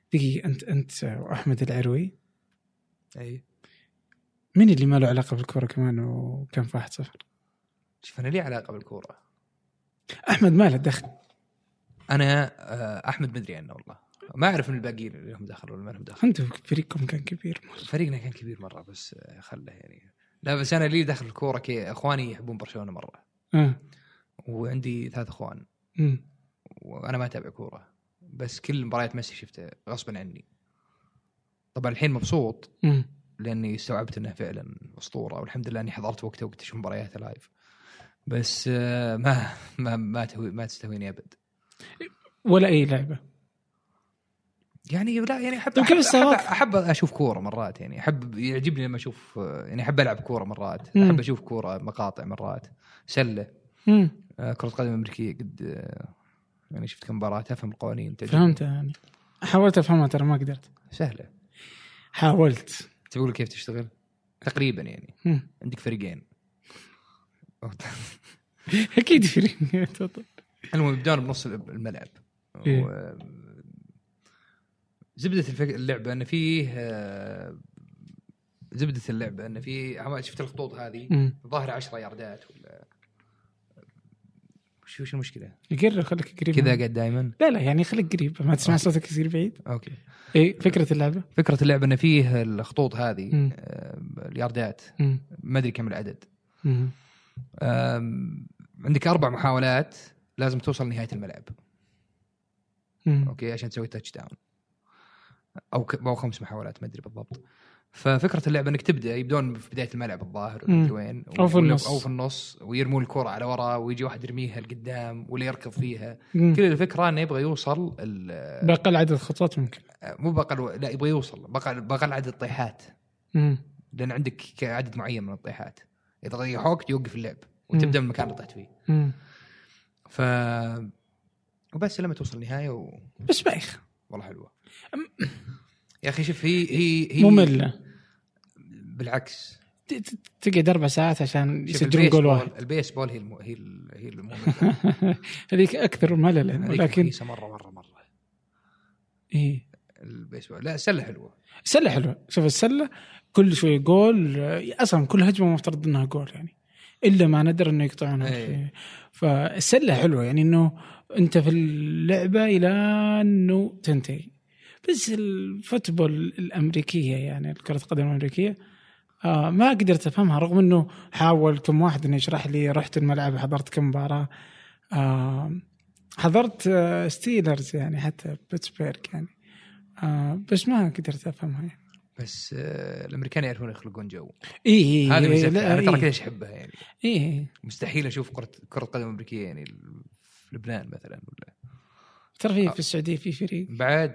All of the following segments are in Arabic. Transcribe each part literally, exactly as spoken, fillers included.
دقيقة، أنت أنت وأحمد العروي أي مين اللي ما له علاقة بالكرة كمان وكان في واحد صفر؟ شوف أنا لي علاقة بالكورة. أحمد ما له دخل. أنا أحمد مدري عنه والله، ما أعرف من الباقيين اللي هم دخلوا ولا ما لهم دخل. أنتوا فريقكم كان كبير. فريقنا كان كبير مرة بس خله يعني. لا بس أنا لي دخل الكورة كي أخواني يحبون برشلونة مرة. أه. وعندي ثلاث أخوان. أمم. وأنا ما أتابع كورة، بس كل مباريات ميسي شفته غصبا عني. طبعا الحين مبسوط أمم. لأني استوعبت أنه فعلا أسطورة، والحمد لله أني حضرت وقته وقت أشوف مبارياته لايف. بس ما ما ما تهوي ما تستهويني أبد ولا أي لعبة يعني. لا يعني أحب أحب, أحب, أحب أشوف كورة مرات يعني. أحب يعجبني لما أشوف يعني. أحب ألعب كورة مرات. مم. أحب أشوف كورة مقاطع مرات. سلة. مم. كرة قدم أمريكية قد يعني شفت كم مباراة أفهم القوانين. فهمتها يعني. حاولت أفهمها ترى ما قدرت. سهلة. حاولت. تقول كيف تشتغل تقريبا يعني. مم. عندك فريقين أكيد فريق. المهم يبدون بنص الملعب. إيه. و... زبدة الفك... اللعبة أن فيه زبدة اللعبة أن فيه شفت الخطوط هذه ظاهرة عشرة ياردات ولا شو شو المشكلة؟ يقرب خليك قريب كذا قاعد دائما. لا لا يعني خليك قريب ما تسمع أوكي. صوتك يصير بعيد. أوكي. إيه فكرة اللعبة؟ فكرة اللعبة أن فيه الخطوط هذه مم. الياردات مم. ما أدري كم العدد. مم. عندك أربع محاولات لازم توصل لنهاية الملعب. مم. أوكي عشان تسوي تاتش داون أو ك... أو خمس محاولات ما أدري بالضبط. ففكرة اللعبة إنك تبدأ يبدون في بداية الملعب الظاهر ولا وين أو في النص أو في النص ويرمون الكرة على وراء ويجي واحد يرميها لقدام ولا يركض فيها. مم. كل الفكرة إنه يبغى يوصل بأقل عدد خطوات ممكن. مو بأقل لا يبغى يوصل بأقل بأقل عدد طيحات. مم. لأن عندك عدد معين من الطيحات. إذا يحوك توقف اللعب وتبدأ من المكان اللي طحت فيه. مم. ف وبس لما توصل النهاية و... بس بايخ والله حلوة يا أخي. شوف هي هي هي مملة بالعكس. تقعد أربع ساعات عشان يسجلون جول واحد. البيسبول هي الم... هي ال... هي المهمة. هذيك أكثر مللا. ولكن مرة مرة مرة إيه البيسبول. لا السلة حلوة. السلة حلوة. شوف السلة كل شوي جول أصلا كل هجمة مفترض إنها جول يعني إلا ما ندر إنه يقطعونه. أيه. فالسلة حلوة يعني إنه أنت في اللعبة إلى إنه تنتهي. بس الفوتبول الأمريكية يعني كرة القدم الأمريكية آه ما قدرت أفهمها رغم إنه حاول كم واحد إنه يشرح لي. رحت الملعب حضرت كم مباراة. آه حضرت آه ستيلرز يعني حتى بيتسبرغ يعني آه بس ما قدرت أفهمها يعني. بس آه الأمريكان يعرفون يخلقون جو. إيه إيه هذا إيه أنا ترى إيه كذا أحبها يعني. إيه مستحيل أشوف كرة كرة قدم أمريكية يعني في لبنان مثلا ولا ترى في في السعودية في فريق بعد.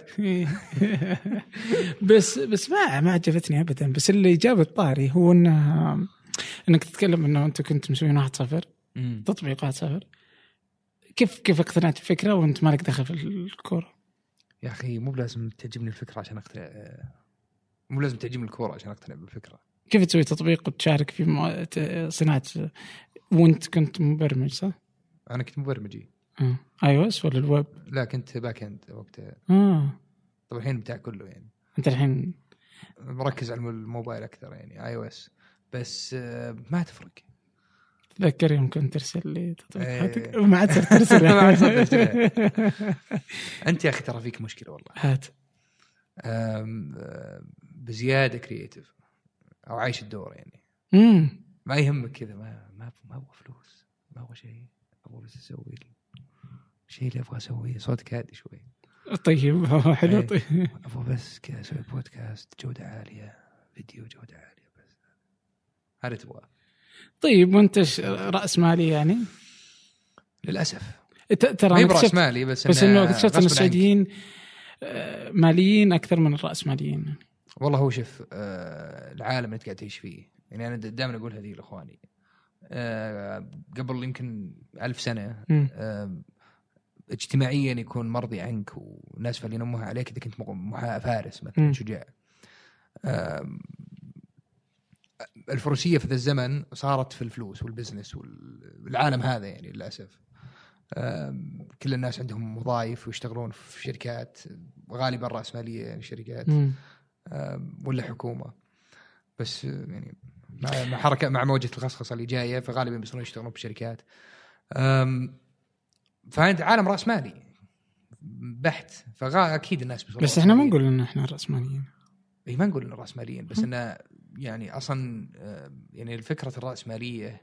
بس بس ما ما عجبتني أبدا. بس اللي جاب الطاري هو إنه إنك تتكلم إنه أنت كنت مسوين واحد صفر تطبيق واحد صفر. كيف كيف اقتنعت بفكرة وأنت مالك دخل في الكورة؟ يا أخي مو لازم تعجبني الفكرة عشان أقتنع. مو لازم تعجبني الكورة عشان أقتنع بالفكرة. كيف تسوي تطبيق وتشارك في صناعة وأنت كنت مبرمج صح؟ أنا كنت مبرمجي. آه. اي او اس ولا الويب؟ لا كنت باك اند وقتها. اه طبعا الحين بتاع كله يعني. انت الحين مركز على الموبايل اكثر يعني اي او اس. بس ما تفرق. تذكر يوم كنت ترسل لي تطبيقاتك ايه. وما عاد ترسل. ما عاد ترسل. انت يا اخي ترى فيك مشكله والله. هات. بزياده كرييتيف او عايش الدور يعني. امم ما يهمك كذا. ما ما ما ابغى فلوس ما ابغى شيء. ابغى بس اسوي شيء اللي ابغى اسويه. صوتك هادي شوي. طيب حلو. طيب ابغى بس كذا اسوي بودكاست جوده عاليه فيديو جوده عاليه بس هذا تبغى. طيب وانت راس مالي يعني؟ للاسف ترى ما يبغى راس مالي بس بس انه اكتشفت ان السعوديين ماليين اكثر من الراس ماليين. والله هو شوف العالم اللي قاعد تعيش فيه يعني. انا دائما اقول هذه لاخواني. قبل يمكن ألف سنه اجتماعيا يكون مرضي عنك وناس فالين امها عليك اذا كنت فارس مثلا شجاع. الفروسيه في ذا الزمن صارت في الفلوس والبزنس والعالم هذا يعني للاسف. كل الناس عندهم وظائف ويشتغلون في شركات غالبا رأسمالية يعني شركات ولا حكومة بس يعني مع حركة مع موجة الخصخصة اللي جاية فغالبا بيصيرون يشتغلون بشركات فعند عالم رأسمالي بحت فأكيد الناس بيصيرون بس احنا ما نقول ان احنا رأسماليين اي ما نقول ان رأسماليين بس انه يعني اصلا يعني الفكرة الرأسمالية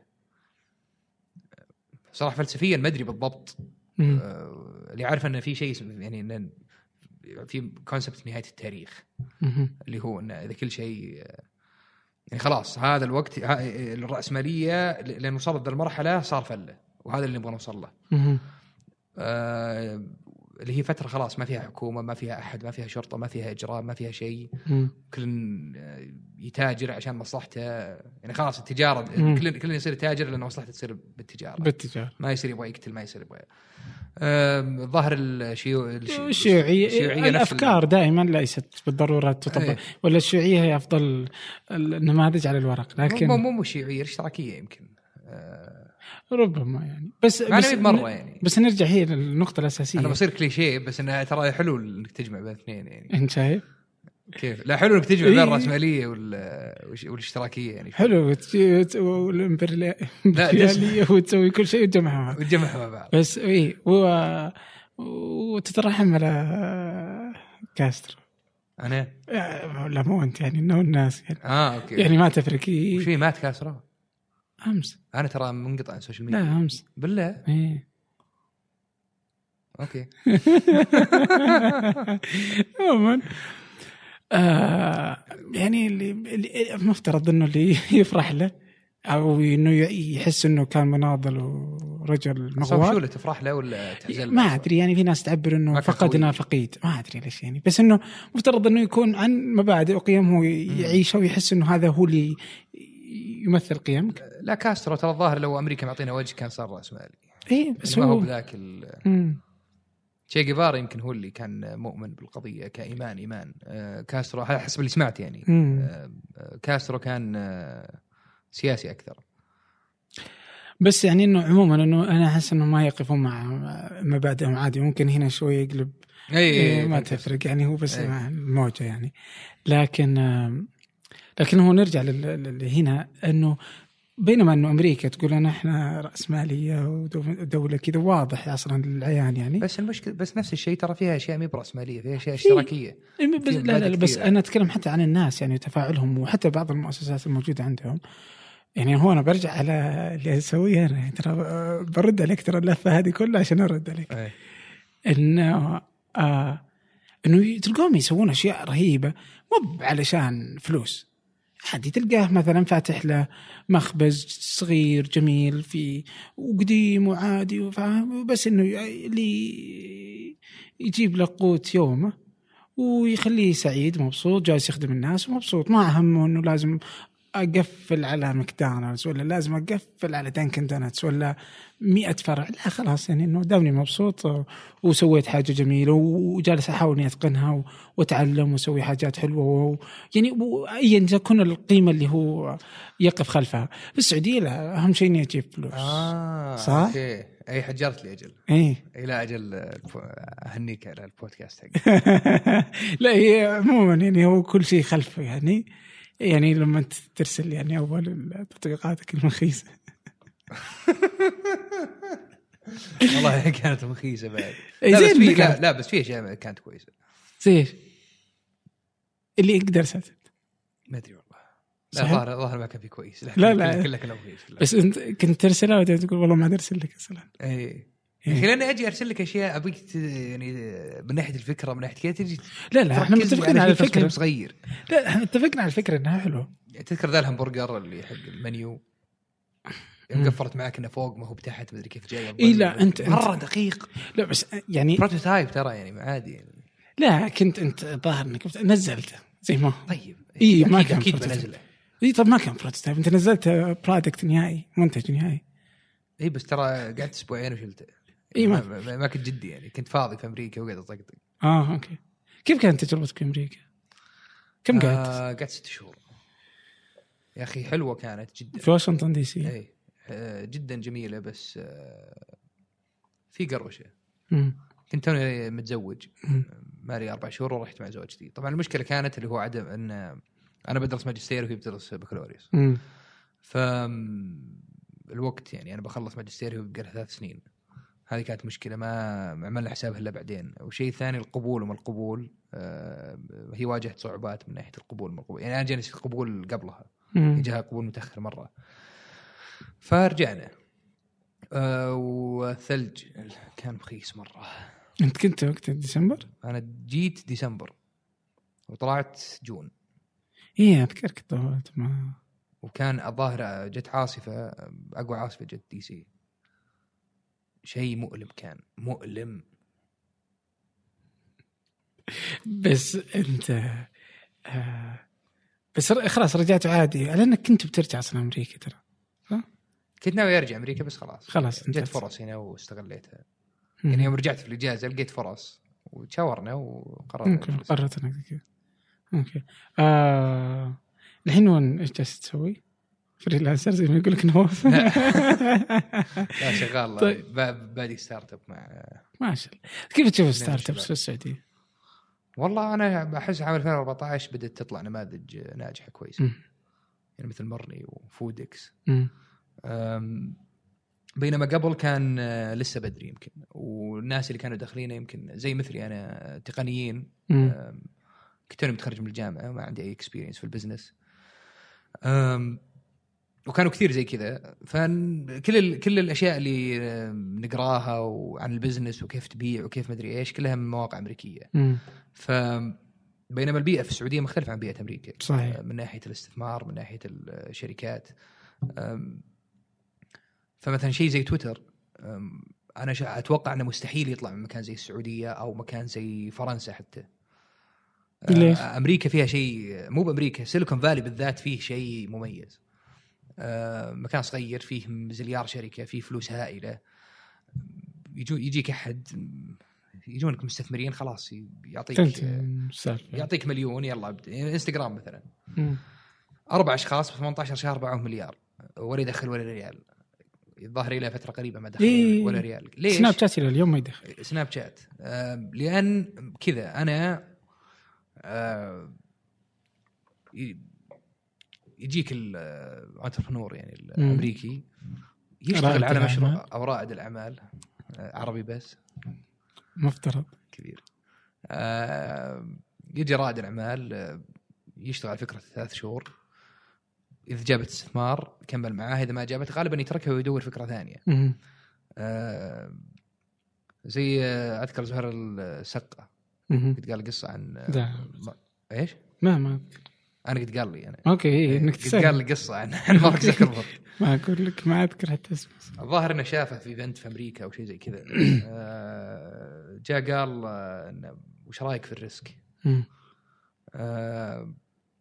صراحة فلسفيا ما ادري بالضبط اللي عارف ان في شيء يعني ان في كونسبت نهاية التاريخ اللي هو ان اذا كل شيء يعني خلاص هذا الوقت الرأسمالية لأن وصلت ذا المرحلة صار فله وهذا اللي نبغى نوصل له آه اللي هي فترة خلاص ما فيها حكومة ما فيها أحد ما فيها شرطة ما فيها إجراء ما فيها شيء كل يتاجر عشان مصلحته يعني خلاص التجارة كل كل يصير تاجر لأنه مصلحته تصير بالتجارة بالتجارة ما يصير يبغى يقتل ما يصير يبغى آه ظاهر الشيو الشيوعية الأفكار دائما ليست بالضرورة تطبق ايه. ولا الشيوعية هي أفضل النماذج على الورق لكن مو مو الشيوعية الاشتراكية يمكن آه ربما يعني بس بس مرة يعني بس نرجع هي للنقطة الأساسية أنا بصير كليشيه بس إنه ترى حلو إنك تجمع بين اثنين يعني أنت شايف كيف لا حلو إنك تجمع بين الرأسمالية والاشتراكية يعني حلو والإمبريالية وتسوي كل شيء وتجمعها وتجمعها مع بعض بس إيه و... وتترحم على كاسترو أنا لا مو أنت يعني إنه الناس يعني آه أوكي يعني ما تفرق إيه وش مات كاسترو أمس أنا ترى منقطع عن السوشيال ميديا لا أمس بالله إيه أوكي عموما آه يعني اللي, اللي مفترض إنه اللي يفرح له أو إنه يحس إنه كان مناضل ورجل مغوار شو اللي تفرح له ولا تحزن ما أدري يعني في ناس تعبر إنه فقدنا فقيد ما أدري ليش يعني بس إنه مفترض إنه يكون عن مبادئ وقيم هو يعيشها ويحس إنه هذا هو اللي يمثل قيمك. لا كاسترو ترى الظاهر لو أمريكا معطينا وجه كان صار رأسمالي إيه بس هو هو بذاك تشي جيفارا يمكن هو اللي كان مؤمن بالقضية كإيمان إيمان آه كاسترو حسب اللي سمعت يعني آه كاسترو كان آه سياسي أكثر بس يعني إنه عموما إنه أنا أحس إنه ما يقفون مع مبادئهم عادي ممكن هنا شوي يقلب أي أي ما تفرق يعني هو بس مع الموجة يعني لكن آه لكن هو نرجع هنا إنه بينما إنه أمريكا تقول أنا إحنا رأسمالية ودولة كذا واضح أصلاً للعيان يعني بس المشكلة بس نفس الشيء ترى فيها أشياء مي برأسمالية فيها أشياء اشتراكية بس لا لا بس أنا أتكلم حتى عن الناس يعني تفاعلهم وحتى بعض المؤسسات الموجودة عندهم يعني هو أنا برجع على اللي أسويه أنا ترى برد عليك ترى اللفة هذه كلها عشان أرد عليك أي. إنه آه إنه تلقاهم يسوون أشياء رهيبة مو علشان فلوس عادي تلقاه مثلا فاتح له مخبز صغير جميل في وقديم وعادي وفاهم بس إنه اللي يجيب له قوت يومه ويخليه سعيد مبسوط جالس يخدم الناس ومبسوط ما همه إنه لازم أقفل على ماكدونالدز ولا لازم أقفل على دانكن دونتس ولا مئة فرع لا خلاص يعني إنه دامني مبسوط وسويت حاجة جميلة وجالس أحاول إني أتقنها وأتعلم وسوي حاجات حلوة يعني أيا تكون القيمة اللي هو يقف خلفها. في السعودية لا أهم شيء إني أجيب فلوس آه، صح؟ أوكي. أي حجرت لي أجل إيه إلى أجل أهنيك على البودكاست لا هي عموما يعني هو كل شيء خلفه يعني يعني لما أنت ترسل يعني أول تطبيقاتك المخيسة والله كانت مخيسة بعد لا بس في لا, لا بس في أشياء كانت كويسة زي اللي يقدر ساتت ما أدري والله لا ظاهر ظاهر ما كان في كويس لا لا كله كله كويس بس أنت كنت ترسلها ولا تقول والله ما أرسل لك أصلا إيه يعني خليني أجي أرسل لك أشياء أبيك يعني من ناحية الفكرة من ناحية كذا تجي لا لا إحنا متفقين على الفكرة صغير لا إحنا اتفقنا على الفكرة إنها حلوة تذكر ذا الهمبرجر اللي حق المنيو يوم قفرت معك إنه فوق ما هو بتحت مدري كيف جاي إيه لا أنت مرة دقيق لا بس يعني بروتوتايب ترى يعني عادي يعني لا كنت أنت ظاهر إنك نزلته زي ما طيب إيه ما كان أكيد بنزله إيه طب ما كان بروتوتايب أنت نزلت برودكت نهائي منتج نهائي إيه بس ترى قعدت أسبوعين وشلته إيه ما ما, ما كنت جدي يعني كنت فاضي في أمريكا وقعدت أطقطق آه أوكي كيف كانت تجربتك في أمريكا كم قعدت آه قعدت ست شهور يا أخي حلوة كانت جدا في واشنطن دي سي إيه جدا جميلة بس في قروشه. مم. كنت انا متزوج مم. مالي اربع شهور ورحت مع زوجتي. طبعا المشكله كانت اللي هو عدم ان انا بدرس ماجستير وهي بتدرس بكالوريوس. مم. ف الوقت يعني انا بخلص ماجستير وهي بقى ثلاث سنين. هذه كانت مشكله ما عملنا حسابها الا بعدين. وشيء ثاني القبول وما القبول، آه هي واجهت صعوبات من ناحيه القبول ما القبول. يعني انا جاني قبول قبلها، جاها قبول متاخر مره. فرجعنا. آه والثلج كان رخيص مره. انت كنت وقت ديسمبر؟ انا جيت ديسمبر وطلعت جون. ايه اذكر كنت طولت ما. وكان الظاهر جت عاصفه، اقوى عاصفه جت دي سي. شيء مؤلم، كان مؤلم. بس انت آه بس خلاص رجعت عادي لانك كنت بترجع اصلا امريكا ترى. كنت ناوي ارجع امريكا بس خلاص خلاص جت فرص هنا واستغليتها. يعني يوم رجعت في الاجازه لقيت فرص وتشاورنا وقررنا قررت انك كذا. اوكي. آه الحين وين ايش جالس تسوي؟ فريلانسر زي ما يقول لك نواف؟ لا شغال. طيب. بادي ستارت اب مع ما شاء الله. كيف تشوف ستارت ابس في السعوديه؟ والله انا بحس عام ألفين وأربعة عشر بدات تطلع نماذج ناجحه كويسه. يعني مثل مرني وفودكس. بينما قبل كان لسه بدري يمكن. والناس اللي كانوا داخلين يمكن زي مثلي انا تقنيين. كنت انا متخرج من الجامعه ما عندي اي اكسبيرينس في البزنس. وكانوا كثير زي كذا. فكل ال... كل الاشياء اللي نقراها وعن البزنس وكيف تبيع وكيف ما ادري ايش كلها من مواقع امريكيه. م. ف بينما البيئه في السعوديه مختلفه عن بيئه امريكا. صحيح. من ناحيه الاستثمار، من ناحيه الشركات. فمثلا شيء زي تويتر، انا اتوقع انه مستحيل يطلع من مكان زي السعوديه او مكان زي فرنسا حتى. ليش؟ امريكا فيها شيء، مو بامريكا، سيليكون فالي بالذات فيه شيء مميز. مكان صغير فيه مليار شركه، فيه فلوس هائله. يجو يجيك احد يجونك مستثمرين خلاص يعطيك يعطيك مليون يلا انستغرام مثلا. م. اربع اشخاص في ثمانية عشر شهر باعوا مليار ولا يدخل ولا ريال. الظاهر الى فتره قريبه ما دخل إيه ولا ريال. ليش؟ سناب شات الى اليوم ما يدخل. سناب شات آه لان كذا انا آه يجيك الانتربرنور يعني الامريكي يشتغل على مشروع او رائد الاعمال عربي بس مفترض كبير. آه يجي رائد الاعمال يشتغل على فكره ثلاث شهور. اذا جابت استثمار كمل معاه، اذا ما جابت غالبا يتركها ويدور فكره ثانيه. آه زي اذكر زهر السقه قد قال قصه عن ما... ايش ما ما انا قد قال لي انا اوكي انك تسال قال لي قصه عن مارك زكربرج. ما اقول لك ما اذكر حتى اسمه. الظاهر انه شافه في ايفنت في امريكا او شيء زي كذا. آه جاء قال انه وش رايك في الريسك؟ آه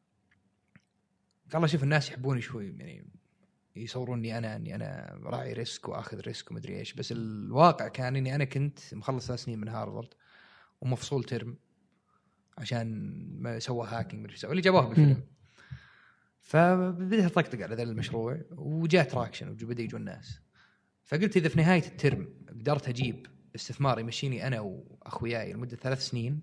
قال شوف الناس يحبوني شوي يعني يصوروني انا اني انا راعي ريسك واخذ ريسك ومدري ايش. بس الواقع كان اني انا كنت مخلص ثلاث سنين من هارفارد ومفصول ترم عشان ما سوى هاكينج مدري ايش اللي جابوه بالفيلم. فبدأت أطقطق على ذا المشروع وجاء تراكشن وبدأ يجوا الناس. فقلت إذا في نهاية الترم قدرت أجيب استثمار يمشيني أنا وأخوياي لمدة ثلاث سنين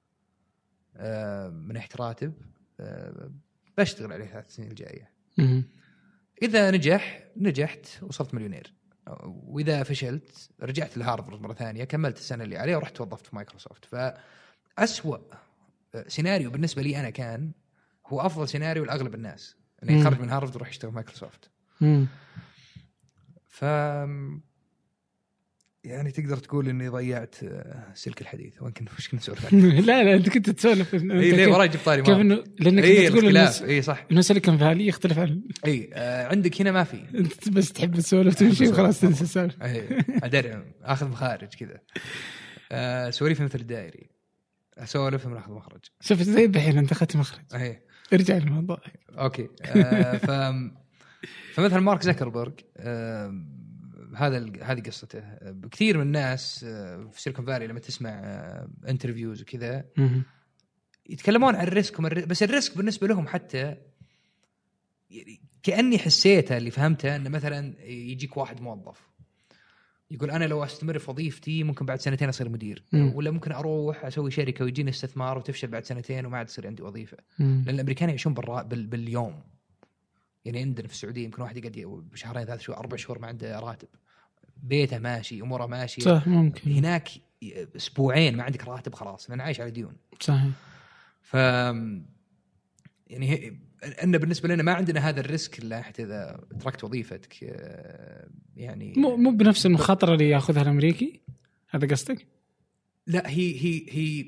من ناحية راتب بشتغل عليه ثلاث سنين الجاية. إذا نجح نجحت وصلت مليونير، وإذا فشلت رجعت لهارفارد مرة ثانية كملت السنة اللي عليه ورحت توظفت في مايكروسوفت. فأسوأ سيناريو بالنسبة لي أنا كان هو أفضل سيناريو لأغلب الناس إنه يخرج من هارفارد ويروح يشتغل مايكروسوفت. مم. ف يعني تقدر تقول إني ضيعت سلك الحديث. وين كنا وش كنا نسولف؟ لا لا أنت كنت تسولف. إيه ليه وراي جبت طاري كيف إنه لأنك إيه تقول الناس إيه صح إنه سيليكون فالي يختلف عن إيه آه عندك هنا ما في. أنت بس تحب تسولف تمشي وخلاص تنسى السالفة. إيه أدري أخذ مخارج كذا. آه سواليف مثل الدائري أسولف من أخذ مخرج. شوف زي الحين أنت أخذت مخرج. إيه ارجع للموضوع. أوكي. آه ف فمثل مارك زكربرج آه هذا هذه قصته. كثير من الناس في سيليكون فالي لما تسمع انترفيوز وكذا يتكلمون عن الريسك، بس الريسك بالنسبة لهم حتى كأني حسيته اللي فهمته أن مثلا يجيك واحد موظف يقول أنا لو أستمر في وظيفتي ممكن بعد سنتين أصير مدير، مم. ولا ممكن أروح أسوي شركة ويجيني استثمار وتفشل بعد سنتين وما عاد تصير عندي وظيفة. مم. لأن الأمريكان يعيشون بالرا... بال... باليوم. يعني عندنا في السعودية يمكن واحد يقعد بشهرين ثلاث شهور أربع شهور ما عنده راتب، بيته ماشي أموره ماشي. صح ممكن. هناك أسبوعين ما عندك راتب خلاص لأن عايش على ديون. صحيح. ف يعني أن بالنسبة لنا ما عندنا هذا الريسك إلا حتى إذا تركت وظيفتك يعني. مو مو بنفس المخاطرة اللي يأخذها الأمريكي، هذا قصدك؟ لا هي هي هي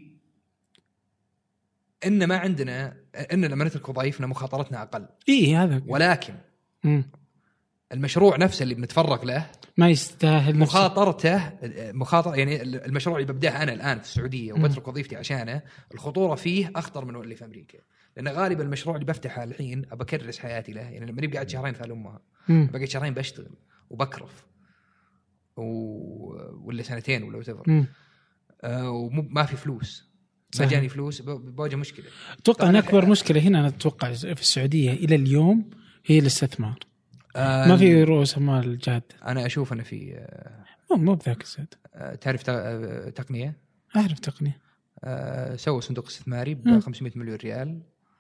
إن ما عندنا إن لما نترك وظائفنا مخاطرتنا أقل. إيه هذا. ولكن مم. المشروع نفسه اللي بنتفرغ له ما يستاهل مخاطرته. مخاطرة يعني المشروع اللي ببدأه أنا الآن في السعودية وبترك وظيفتي عشانه، الخطورة فيه أخطر من اللي في أمريكا. لأن غالبا المشروع اللي بفتحه الحين أبكرس حياتي له. يعني لما نبقى قاعد شهرين في أمها بقيت شهرين بشتغل وبكرف و... ولا سنتين ولا وتفر آه وما في فلوس، ما جاني فلوس، بواجه مشكلة. أتوقع أن أكبر مشكلة هنا أنا أتوقع في السعودية إلى اليوم هي الاستثمار. آه ما في رؤوس أموال جادة. أنا أشوف أنا في آه مو مو بذاك الزاد. آه تعرف تقنية؟ أعرف تقنية. آه سووا صندوق استثماري ب خمسمائة مليون ريال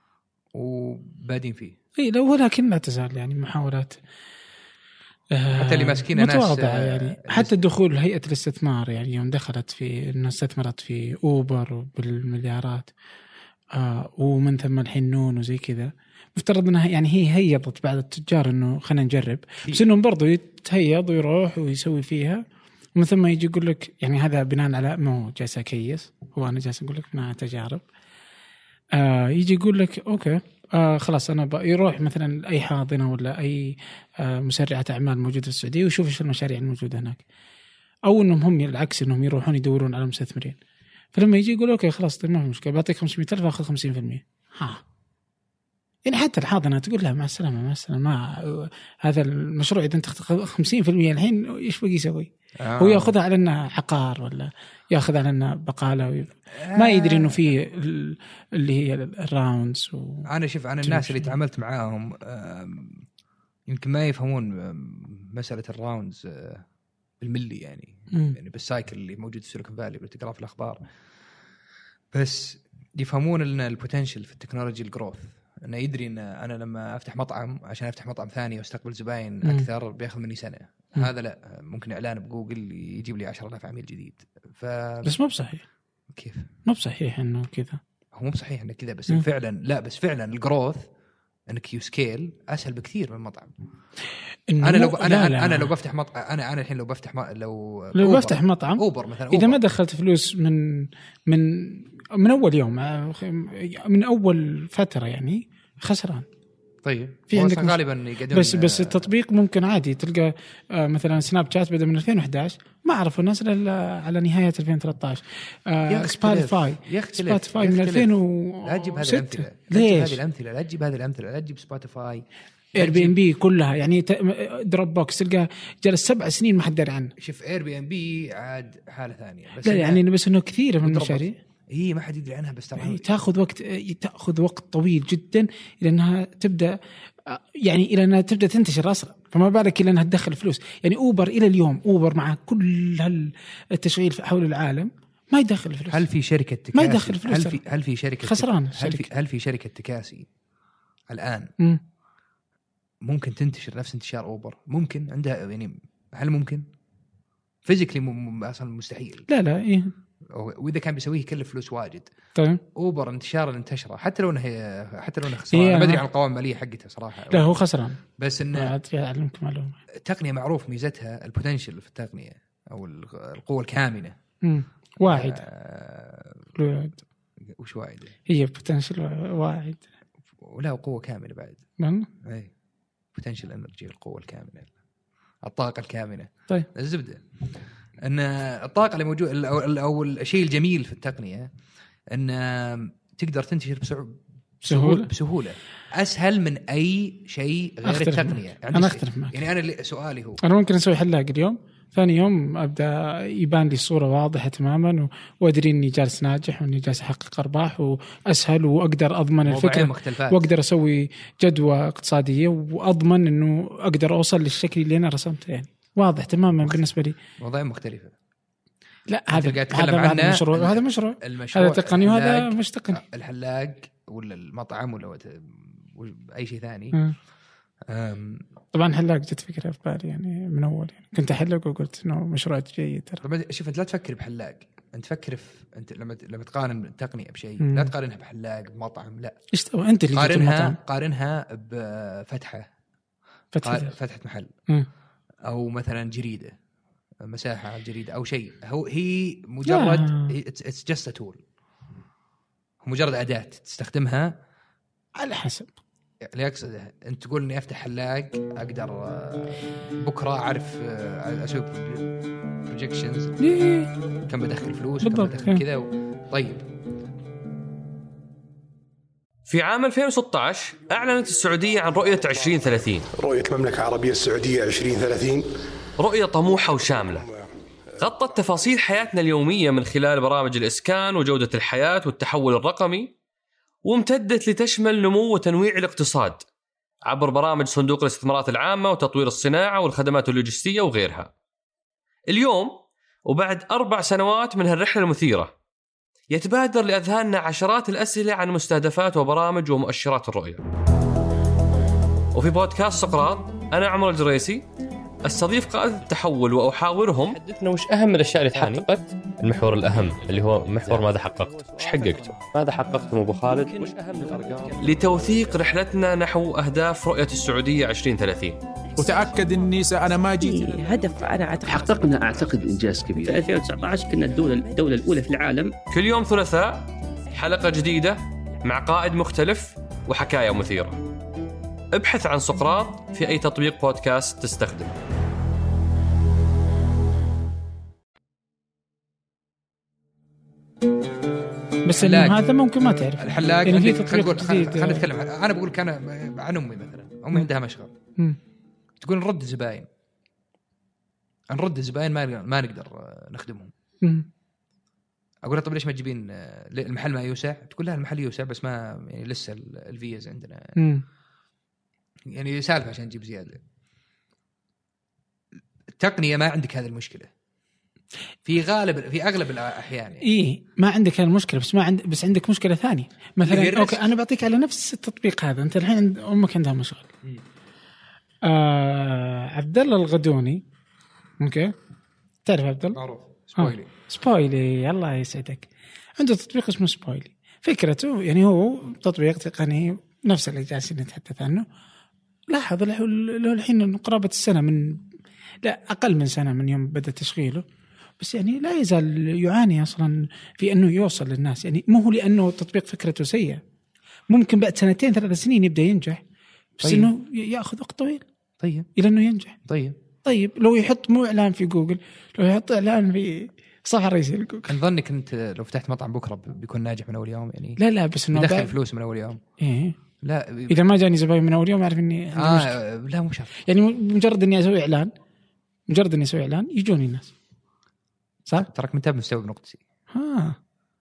وبادين فيه. إيه لو ولكن لا تزال يعني محاولات آه حتى اللي ماسكين ناس يعني حتى الدخول هيئة الاستثمار يعني يوم دخلت في إنه استثمرت في أوبر بالمليارات آه ومن ثم الحين نون وزي كذا، مفترض انها يعني هي هيضت بعض التجار انه خلينا نجرب، بس انهم برضو يتهيض ويروح ويسوي فيها ومن ثم يجي يقول لك يعني هذا بناء على مو جالس اكيس، هو انا جالس اقول لك بناء على تجارب. آه يجي يقول لك اوكي آه خلاص انا يروح مثلا اي حاضنه ولا اي آه مسرعه اعمال موجوده في السعوديه ويشوف ايش المشاريع الموجوده هناك، او انهم هم العكس انهم يروحون يدورون على مستثمرين. فلما يجي يقول اوكي خلاص طيب ما في مشكله بعطيك خمسمائة ألف اخذ خمسين بالمئة. ها يعني حتى الحاضنة تقول لها مع السلامة مع السلامة، ما هذا المشروع إذا أنت خمسين بالمئة الحين إيش بقي يسوي؟ آه. هو يأخذها على أنه عقار ولا يأخذ على أنه بقالة وي... آه. ما يدري إنه في اللي هي الراوندز و... أنا شوف أنا الناس اللي تعاملت معاهم يمكن ما يفهمون مسألة الراوندز بالملي يعني م. يعني بالسايكل اللي موجود في سيليكون فالي بتقرأ في الأخبار، بس يفهمون لنا البوتنشل في التكنولوجي الجروث. أنا يدري أن أنا لما أفتح مطعم عشان أفتح مطعم ثاني واستقبل زباين م. أكثر بياخذ مني سنة. م. هذا لا ممكن إعلان بجوجل يجيب لي عشرة آلاف عميل جديد. ف... بس مو بصحيح. كيف؟ مو بصحيح إنه كذا. هو مو بصحيح إنه كذا بس م. فعلا لا بس فعلا الجروث إنك يسكيل أسهل بكثير من المطعم. أنا لو أنا لا لا. أنا لو بفتح مطعم أنا أنا الحين لو بفتح م... لو لو أوبر. بفتح مطعم أوبر مثلا أوبر. إذا ما دخلت فلوس من من من أول يوم من أول فترة يعني خسران. طيب في عندك غالبا يقدرون بس بس التطبيق ممكن عادي تلقى آه مثلا سناب شات بدأ من ألفين وإحدى عشر ما عرفوا الناس إلا على نهاية ألفين وثلاثة عشر. آه سبوتيفاي سبوتيفاي من ألفين وستة. لا تجيب هذه الأمثلة ليش هذه الأمثلة لا تجيب هذه الأمثلة لا تجيب سبوتيفاي اير بي ام بي كلها يعني دروب بوكس تلقى جلس سبع سنين ما حد دري عنه. شوف اير بي ام بي عاد حالة ثانية بس لا يعني بس انه كثير من المشاريع هي ما حد يدري عنها بس ترى تاخذ وقت تاخذ وقت طويل جدا لانها تبدا يعني الى انها تبدا تنتشر اسرع، فما بالك الى انها تدخل فلوس. يعني اوبر الى اليوم اوبر مع كل هالتشغيل حول العالم ما يدخل فلوس. هل في شركة تكاسي ما يدخل فلوس؟ هل في هل في شركة خسران هل في هل في شركة تكاسي الآن م. ممكن تنتشر نفس انتشار أوبر؟ ممكن عندها يعني هل ممكن فيزيكلي م... أصلا مستحيل. لا لا إيه. وإذا كان بيسويه يكلف فلوس واجد. طيب أوبر انتشار الانتشره حتى لو إنه حتى لو إنه خسران. إيه ما أدري عن القوائم المالية حقتها صراحة. لا هو خسران بس إنه أعلمك معلومة. التقنية معروف ميزتها البوتنشل في التقنية أو القوة الكامنة. امم واعد. آه... وش واعد؟ هي بوتنشل واعد. ولا قوة كاملة بعد. من؟ أي بوتنشل إنرجي القوة الكاملة الطاقة الكامنة. طيب الزبدة أن الطاقة اللي موجود أو الشيء الجميل في التقنية أن تقدر تنتشر بسهولة بسهولة, بسهولة. أسهل من أي شيء غير التقنية. أنا أختلف معك. يعني أنا اللي سؤالي هو أنا ممكن أسوي حلاق اليوم ثاني يوم أبدأ يبان لي الصورة واضحة تماما وأدري إني جالس ناجح وإني جالس أحقق أرباح وأسهل وأقدر أضمن الفكرة وأقدر أسوي جدوى اقتصادية وأضمن إنه أقدر أوصل للشكل اللي أنا رسمته يعني. واضح تماما بالنسبه لي. وضعين مختلفه. لا هذا هذا مشروع وهذا مشروع، هذا تقني وهذا مش تقني. الحلاق ولا المطعم ولا اي شيء ثاني. طبعا حلاق جت فكره في بالي يعني من اول، يعني كنت احلق وقلت انه مشروع جيد ترى. شوف انت لا تفكر بحلاق، انت فكر في انت لما لما تقارن التقنيه بشيء لا تقارنها بحلاق بمطعم، لا ايش تبغى انت اللي قارنها قارنها بفتحه فتحه فتحه محل م. او مثلا جريده، مساحه على الجريده او شيء. هو هي مجرد اتس جاست ا تول، مجرد اداه تستخدمها على حسب اللي أقصده. أنت تقول إني أفتح حلاق أقدر بكرة أعرف أسوي بروجيكشنز كم بدخل فلوس كم بدخل كذا و... طيب. في عام ألفين وستة عشر أعلنت السعودية عن رؤية عشرين ثلاثين، رؤية المملكة العربية السعودية عشرين ثلاثين، رؤية طموحة وشاملة غطت تفاصيل حياتنا اليومية من خلال برامج الإسكان وجودة الحياة والتحول الرقمي، وامتدت لتشمل نمو وتنويع الاقتصاد عبر برامج صندوق الاستثمارات العامة وتطوير الصناعة والخدمات اللوجستية وغيرها. اليوم وبعد أربع سنوات من هالرحلة المثيرة يتبادر لأذهاننا عشرات الأسئلة عن مستهدفات وبرامج ومؤشرات الرؤية. وفي بودكاست سقراط أنا عمر الجريسي استضيف قادة التحول وأحاورهم حدثنا وش أهم الأشياء اللي تحققت، المحور الأهم اللي هو محور ماذا حققت، وش حققته، ماذا حققتم أبو خالد، وش أهم الأرقام، لتوثيق رحلتنا نحو أهداف رؤية السعودية عشرين ثلاثين. وتأكد إني أنا ما جيت هدف أنا أعتقد حققنا أعتقد إنجاز كبير. في ألفين وتسعة عشر كنا الدولة الدولة الأولى في العالم. كل يوم ثلاثاء حلقة جديدة مع قائد مختلف وحكاية مثيرة. ابحث عن سقراط في أي تطبيق بودكاست تستخدم. بس إنه هذا ممكن ما تعرف الحلاق يعني في تطبيق جديد. خلينا نتكلم. أنا بقول كان عن أمي مثلا، أمي عندها مشغل م. تقول نرد زباين، نرد زباين ما ما نقدر نخدمهم. م. أقول طب ليش ما تجيبين المحل ما يوسع؟ تقول لا المحل يوسع بس ما يعني لسه الفيز عندنا م. يعني سالفة عشان نجيب زيادة. التقنية ما عندك هذه المشكلة في غالب في أغلب الأحيان يعني. إيه ما عندك هذه المشكلة، بس ما عند بس عندك مشكلة ثانية مثلا. أوكي أنا بعطيك على نفس التطبيق هذا. أنت الحين أمك عندها مشغل. آه عبد الله الغدوني، أوكي تعرف عبد الله؟ معروف. سبويلي. آه. سبويلي الله يسعدك. عنده تطبيق اسمه سبويلي. فكرته يعني هو تطبيق تقني نفس اللي جالسين نتحدث عنه. لاحظ له الحين قرابة السنة من لا أقل من سنة من يوم بدأ تشغيله، بس يعني لا يزال يعاني أصلا في أنه يوصل للناس. يعني مو هو لأنه تطبيق فكرته سيئة، ممكن بعد سنتين ثلاث سنين يبدأ ينجح، بس طيب. إنه يأخذ وقت طويل طيب إلى أنه ينجح. طيب طيب لو يحط مو إعلان في جوجل، لو يحط إعلان في صفحة رئيسية لجوجل. أنا ظنك أنت لو فتحت مطعم بكرة بيكون ناجح من أول يوم يعني. لا لا بس إنه يدخل فلوس من أول يوم. إيه لا إذا ما جاني زباين من أول يوم أعرف إني عندي آه مشكلة. لا مو شرط يعني مجرد إني أسوي إعلان مجرد إني أسوي إعلان يجوني الناس. صح؟ تراك منتبه مستوعب نقطتي. ها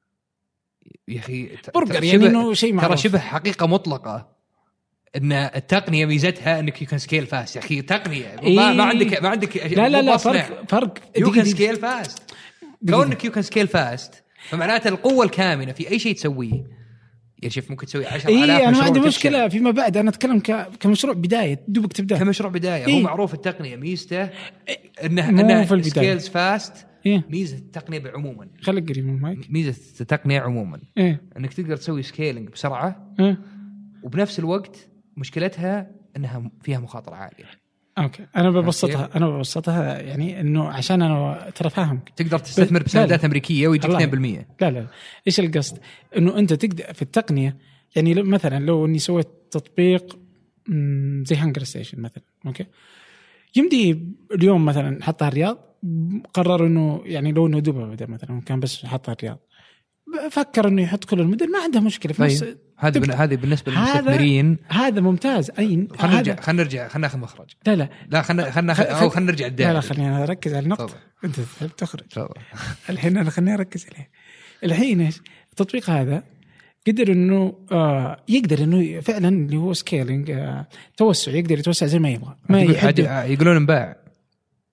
يا أخي برجر يعني إنه شيء معروف. ترى شبه حقيقة مطلقة إن التقنية ميزتها إنك يو سكيل فاست. يا أخي تقنية إيه؟ ما, ما عندك ما عندك لا لا لا فرق فرق يو كان سكيل فاست. كونك يو كان سكيل فاست فمعناته القوة الكامنة في أي شيء تسويه. يا شيف ممكن تسوي عشرة آلاف إيه مشروع. أنا ما عندي مشكلة فيما بعد. أنا أتكلم ك... كمشروع بداية دوبك تبدأ كمشروع بداية. إيه؟ هو معروف التقنية ميزته إنه إنه سكيلز فاست. إيه؟ ميزة التقنية عموما. خليك قريب من المايك. ميزة التقنية عموما إيه؟ إنك تقدر تسوي سكيلينج بسرعة. إيه؟ وبنفس الوقت مشكلتها إنها فيها مخاطرة عالية. أوكي أنا ببسطها أنا ببسطها يعني إنه عشان أنا ترى فاهمك تقدر تستثمر بسندات أمريكية ويجيك اثنين بالمئة. لا لا إيش القصد إنه أنت تقدر في التقنية. يعني مثلا لو إني سويت تطبيق زي هانجر ستيشن مثلا، أوكي يمدي اليوم مثلا حطها الرياض، قرر إنه يعني لو إنه دوبه بدأ مثلا كان بس حطها الرياض، فكر إنه يحط كل المدن ما عنده مشكلة. طيب هذا هذه بالنسبة للمستثمرين هذا ممتاز. أي خلينا نرجع خلينا نرجع خلينا ناخذ مخرج. لا لا لا خلينا خلينا أو خلينا نرجع الداعي. لا لا خلينا نركز على النقطة. أنت تحب تخرج الحين أنا خليني أركز عليه. الحين إيش التطبيق هذا قدر إنه آه يقدر إنه فعلا اللي هو سكيلينج آه توسع، يقدر يتوسع زي ما يبغى. ما يقولون انباع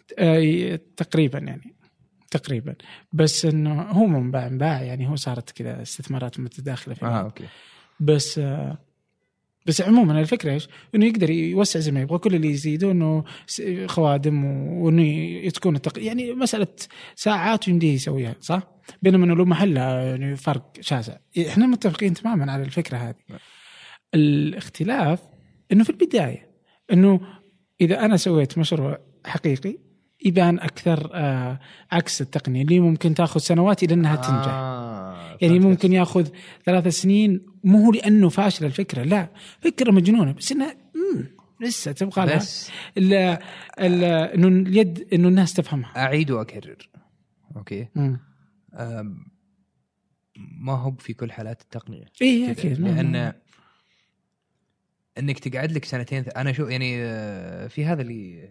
آه تقريبا يعني تقريبا، بس انه هو منباع منباع يعني، هو صارت كذا استثمارات متداخله في اه اوكي. بس آه بس عموما الفكره ايش؟ انه يقدر يوسع زي ما يبغى، كل اللي يزيدوا انه خوادم وانه تكون التق... يعني مساله ساعات يمديه يسويها صح، بينما انه له محلها يعني فرق شاسع. احنا متفقين تماما على الفكره هذه. الاختلاف انه في البدايه انه اذا انا سويت مشروع حقيقي يبان اكثر آه عكس التقنيه اللي ممكن تاخذ سنوات الى انها تنجح. آه يعني ممكن ياخذ ثلاث سنين، مو هو لانه فاشل الفكره، لا فكره مجنونه بس انها لسه تبغى لها بس ال ال انه اليد انه الناس تفهمها. اعيد واكرر اوكي. ما هو في كل حالات التقنيه ايه اكيد، لان انك تقعد لك سنتين. انا شو يعني في هذا اللي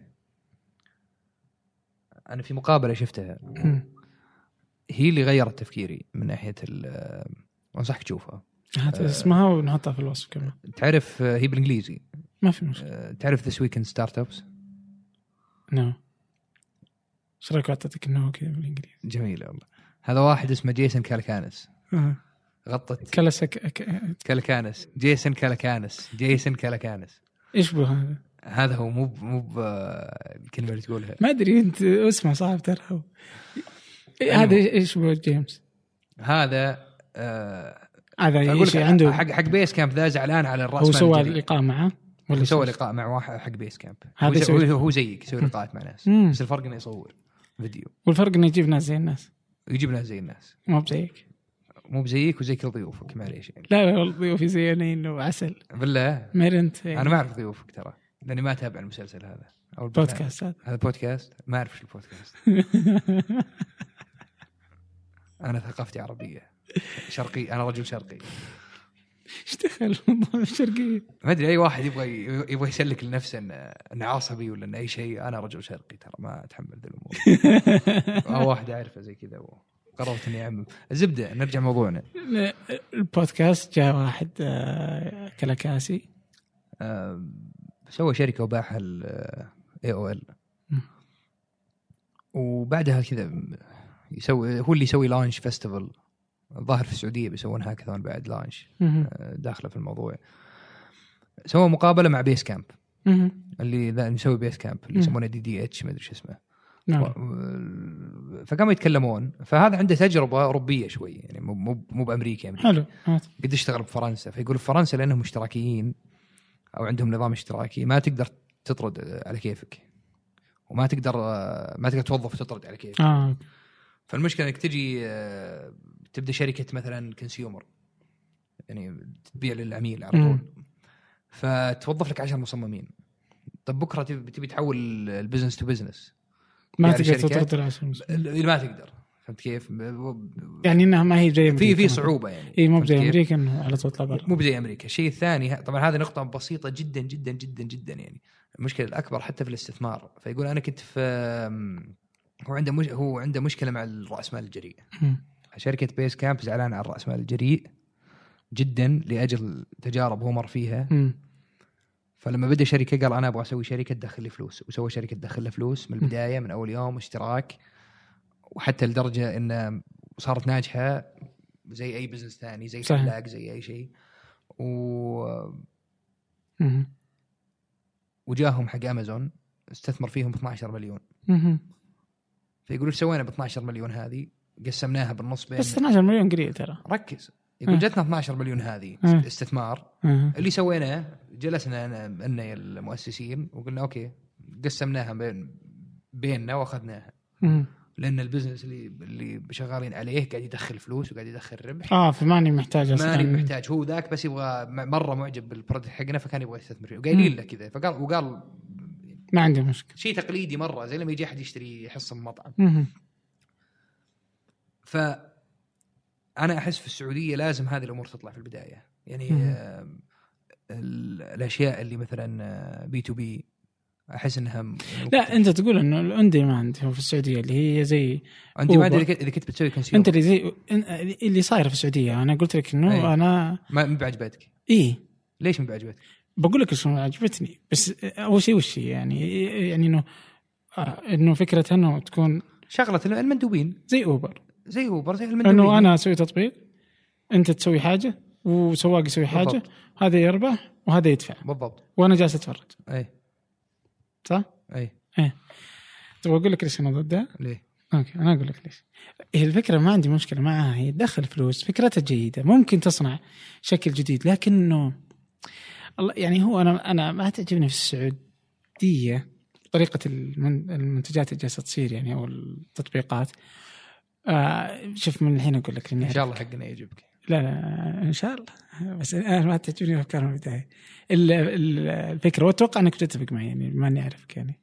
انا في مقابله شفتها م. هي اللي غيرت تفكيري من ناحيه ال وانصحك تشوفها. هات اسمها ونحطها في الوصف كمان. تعرف هي بالانجليزي ما في مشكله. تعرف This Week in Startups؟ نعم. ايش رايك اعطيتك انه كذا بالانجليزي؟ جميل والله. هذا واحد اسمه جيسون كالكانس. أه. غطت كلاسك كالكانس جيسون كالكانس جيسون كالكانس. ايش بو هذا؟ هذا هو مو مو الكلمه اللي تقولها. ما ادري انت اسمه صعب ترى. هذا ايش بو جيمس؟ هذا آه هذا شيء عنده حق حق بيس كامب ذا زعلان على الراس. هو سوى لقاء معه ولا سوى لقاء مع واحد حق بيس كامب؟ هو, هو, هو زيك يسوي لقاءات مع ناس. مم. بس الفرق انه يصور فيديو، والفرق انه يجيب ناس زي الناس. يجيب ناس زي الناس، مو بزيك مو بزيك وزي كل ضيوفك معليش يعني. لا لا ضيوفي زينين وعسل بالله. ميرنت يعني. انا ما اعرف ضيوفك ترى لاني ما اتابع المسلسل هذا او البودكاست هذا. هذا بودكاست ما اعرف شو البودكاست. انا ثقافتي عربيه شرقي، انا رجل شرقي. ايش دخل الموضوع الشرقي؟ ما ادري اي واحد يبغى يبغى يسلك لنفسه انه عصبي ولا انه اي شيء. انا رجل شرقي ترى ما اتحمل ذي الامور. او واحد اعرفه زي كذا وقررت اني اعمل الزبده. نرجع موضوعنا. البودكاست جاء واحد كلاكاسي سوى شركه وباعها الاي او ال، وبعدها كذا يسوي هو اللي يسوي لانش فيستيفال الظاهر في السعوديه بيسوون هاكاثون بعد لانش داخله في الموضوع. سوى مقابله مع بيس كامب اللي ذا مسوي بيس كامب اللي يسمونه دي دي اتش ما ادري شو اسمه. نعم. فقاموا يتكلمون. فهذا عنده تجربه اوروبيه شوي يعني مو مو مو بامريكا يعني. حلو. قد اشتغل بفرنسا. فيقول في فرنسا لانهم اشتراكيين او عندهم نظام اشتراكي ما تقدر تطرد على كيفك وما تقدر ما تقدر توظف وتطرد على كيفك. آه. فالمشكله انك تجي تبدا شركه مثلا كونسيومر يعني تبيع للعميل على طول، فتوظف لك عشر مصممين. طب بكره تبي تحول البزنس تو بزنس ما تقدر تطرد العشر مصممين. ما تقدر. فهمت كيف؟ يعني انها ما هي زي في في صعوبه يعني. اي مو زي امريكا انه على طول طبعا مو زي امريكا. الشيء الثاني طبعا هذه نقطه بسيطه جدا جدا جدا جدا يعني. المشكله الاكبر حتى في الاستثمار. فيقول انا كنت في هو عنده مش... هو عنده مشكله مع الراس مال الجريء. شركه بيس كامب زعلان على الراس مال الجريء جدا لاجل تجارب هو مر فيها. م. فلما بدا شركه قال انا ابغى اسوي شركه تدخل لي فلوس، وسوى شركه تدخل له فلوس من البدايه من اول يوم اشتراك، وحتى لدرجه ان صارت ناجحه زي اي بزنس ثاني زي فلاق زي اي شيء. و م. وجاهم حق امازون استثمر فيهم ب اثنا عشر مليون. م. فيقولوا سوينا ب اثنا عشر مليون هذه قسمناها بالنص بين. بس اثنا عشر مليون قليل ترى. ركز. يقول جتنا اثنا عشر مليون هذه أه. استثمار. أه. اللي سويناه جلسنا انا انا المؤسسين وقلنا اوكي قسمناها بين بيننا واخذناها. أه. لان البزنس اللي اللي شغالين عليه قاعد يدخل فلوس وقاعد يدخل ربح. اه فماني محتاج اصلا ماني محتاج. هو ذاك بس يبغى مره معجب بالبرودكت حقنا فكان يبغى يستثمر فيه وقايلين له كذا. فقال وقال ما عندي مشكله. شيء تقليدي مره زي لما يجي احد يشتري حصه من مطعم. أه. ف أنا أحس في السعودية لازم هذه الأمور تطلع في البداية يعني. الأشياء اللي مثلا بي تو بي أحس إنها لا أنت تقول إنه الأندي ما عندهم في السعودية اللي هي زي أنت ما أدري إذا كنت بتسوي كونسيومر. أنت اللي زي اللي صاير في السعودية. أنا قلت لك إنه أيه. أنا ما بعجبتك. إيه ليش ما بعجبتك؟ بقول لك شو عجبتني. بس أول شيء وش يعني يعني إنه آه انه فكرة انه تكون شغلة المندوبين زي اوبر زي اوبر زي المندوبين، انه انا اسوي تطبيق، انت تسوي حاجة وسواق يسوي حاجة، بالضبط. هذا يربح وهذا يدفع بالضبط، وانا جالس اتفرج. اي صح اي ايه. تبغى اقول لك ليش انا ضدها؟ ليه؟ اوكي انا اقول لك ليش. هي الفكره ما عندي مشكله معها، هي تدخل فلوس، فكرتها جيده، ممكن تصنع شكل جديد، لكنه الله يعني هو انا انا ما تعجبني في السعوديه طريقه المنتجات اللي جالسه تصير يعني او التطبيقات. آه شوف من الحين اقول لك ان شاء الله حقنا يعجبك. لا لا ان شاء الله، بس انا ما تعجبني افكار من البدايه الفكره، واتوقع انك تتفق معي يعني ما نعرفك يعني.